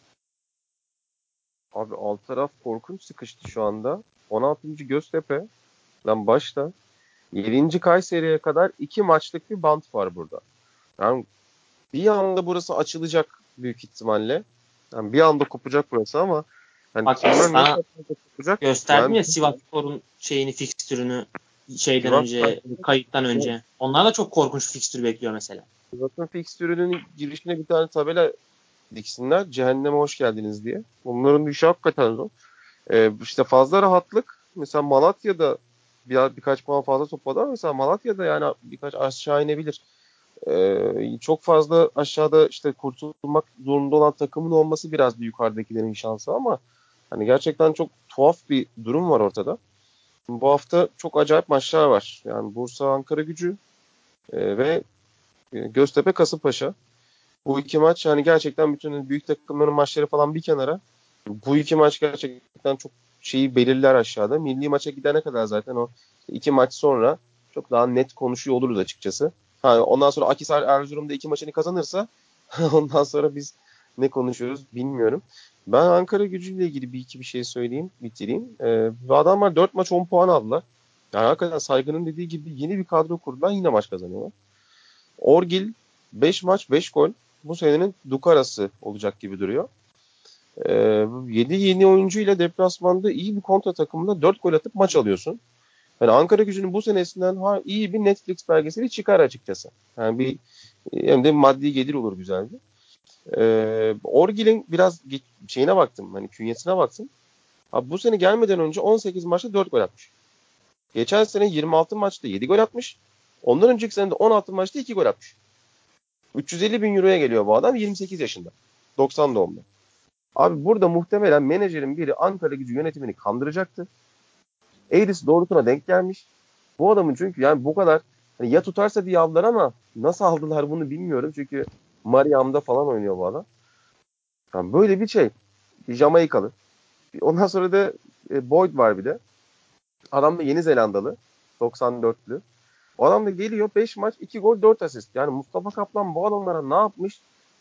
Abi alt taraf korkunç sıkıştı şu anda. 16. Göztepe'den başta 7. Kayseri'ye kadar 2 maçlık bir bant var burada. Yani bir anda burası açılacak büyük ihtimalle. Yani bir anda kopacak burası ama hani Bak kimler ne sana kadar kopacak gösterdim yani ya Sivasspor'un şeyini, fikstürünü şeyden Sivas önce, kayıttan önce. Onlar da çok korkunç fikstür bekliyor mesela. Sivas'ın fikstürünün girişine bir tane tabela diksinler. Cehenneme hoş geldiniz diye. Bunların işi hakikaten zor. İşte fazla rahatlık. Mesela Malatya'da birkaç puan fazla topladı ama mesela Malatya'da yani birkaç aşağı inebilir. Çok fazla aşağıda işte kurtulmak zorunda olan takımın olması biraz bir yukarıdakilerin şansı ama hani gerçekten çok tuhaf bir durum var ortada. Bu hafta çok acayip maçlar var. Yani Bursa Ankara Gücü ve Göztepe Kasımpaşa. Bu iki maç yani gerçekten bütün büyük takımların maçları falan bir kenara. Bu iki maç gerçekten çok şeyi belirler aşağıda. Milli maça gidene kadar zaten o iki maç sonra çok daha net konuşuyor oluruz açıkçası. Ha, ondan sonra Akhisar Erzurum'da iki maçını kazanırsa ondan sonra biz ne konuşuyoruz bilmiyorum. Ben Ankara Gücü'yle ilgili bir iki bir şey söyleyeyim, bitireyim. Bu adamlar 4 maç 10 puan aldılar. Yani hakikaten Saygı'nın dediği gibi yeni bir kadro kurdular yine maç kazanıyorlar. Orgil 5 maç 5 gol. Bu senenin Dukarası olacak gibi duruyor. 7 yeni oyuncu ile deplasmanda iyi bir kontra takımında 4 gol atıp maç alıyorsun. Yani Ankara Gücü'nün bu senesinden iyi bir Netflix belgeseli çıkar açıkçası. Yani hem de maddi gelir olur güzel bir. Orgil'in biraz şeyine baktım. Hani künyesine baktım. Abi bu sene gelmeden önce 18 maçta 4 gol atmış. Geçen sene 26 maçta 7 gol atmış. Ondan önceki sene de 16 maçta 2 gol atmış. 350 bin euroya geliyor bu adam 28 yaşında. 90 doğumlu. Abi burada muhtemelen menajerin biri Ankara Gücü yönetimini kandıracaktı. Eğrisi doğrusuna denk gelmiş. Bu adamın çünkü yani bu kadar hani ya tutarsa diye aldılar ama nasıl aldılar bunu bilmiyorum. Çünkü Mariam'da falan oynuyor bu adam. Yani böyle bir şey. Bir Jamaikalı. Ondan sonra da Boyd var bir de. Adam da Yeni Zelandalı. 94'lü. O adam da geliyor 5 maç 2 gol 4 asist. Yani Mustafa Kaplan bu adamlara ne yapmış?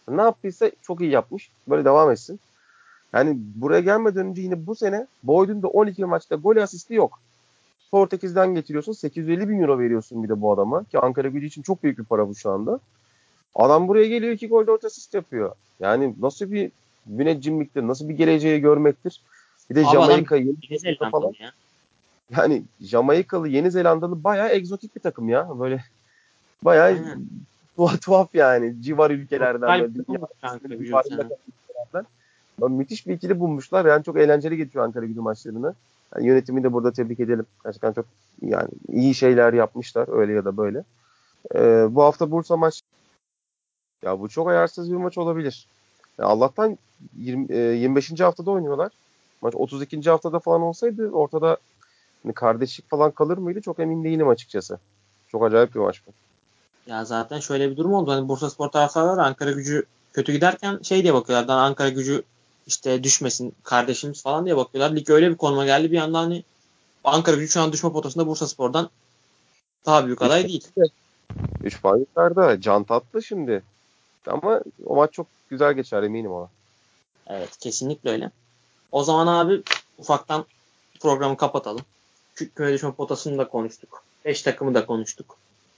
Ne yaptıysa çok iyi yapmış. Böyle devam etsin. Yani buraya gelmeden önce yine bu sene Boyd'un da 12 maçta gol asisti yok. Portekiz'den getiriyorsun. 850 bin euro veriyorsun bir de bu adama. Ki Ankara Gücü için çok büyük bir para bu şu anda. Adam buraya geliyor 2 gol 4 asist yapıyor. Yani nasıl bir müneccimliktir, nasıl bir geleceği görmektir. Bir de Abi adam Jamaika, Yeni Yeni Zelanda falan. Zelandalı ya. Yani Jamaikalı, Yeni Zelandalı bayağı egzotik bir takım ya. Böyle bayağı Aynen. tuhaf yani. Civar ülkelerden Tropikal bir böyle takım dünya olmuş Ankara Gücü bu civarında sene. kalan ülkelerden. Böyle müthiş bir ikili bulmuşlar. Yani çok eğlenceli geçiyor Ankara Gücü maçlarını. Yani yönetimi de burada tebrik edelim. Gerçekten çok yani iyi şeyler yapmışlar öyle ya da böyle. Bu hafta Bursa maç ya bu çok ayarsız bir maç olabilir. Ya Allah'tan 25. haftada oynuyorlar. Maç 32. haftada falan olsaydı ortada hani kardeşlik falan kalır mıydı? Çok emin değilim açıkçası. Çok acayip bir maç bu. Ya zaten şöyle bir durum oldu. Hani Bursaspor taraftarları Ankara Gücü kötü giderken şey diye bakıyorlar. Ankara Gücü işte düşmesin kardeşimiz falan diye bakıyorlar. Lig öyle bir konuma geldi. Bir anda hani Ankara Gücü şu an düşme potasında Bursaspor'dan daha büyük 3 aday puan, değil. 3 puan yukarıda. Can tatlı şimdi. Ama o maç çok güzel geçer eminim ona. Evet, kesinlikle öyle. O zaman abi ufaktan programı kapatalım. Küme düşme potasını da konuştuk. 5 takımı da konuştuk.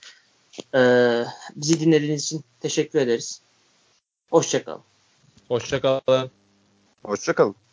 Bizi dinlediğiniz için teşekkür ederiz. Hoşçakalın. Hoşça kalın. Hoşça kalın.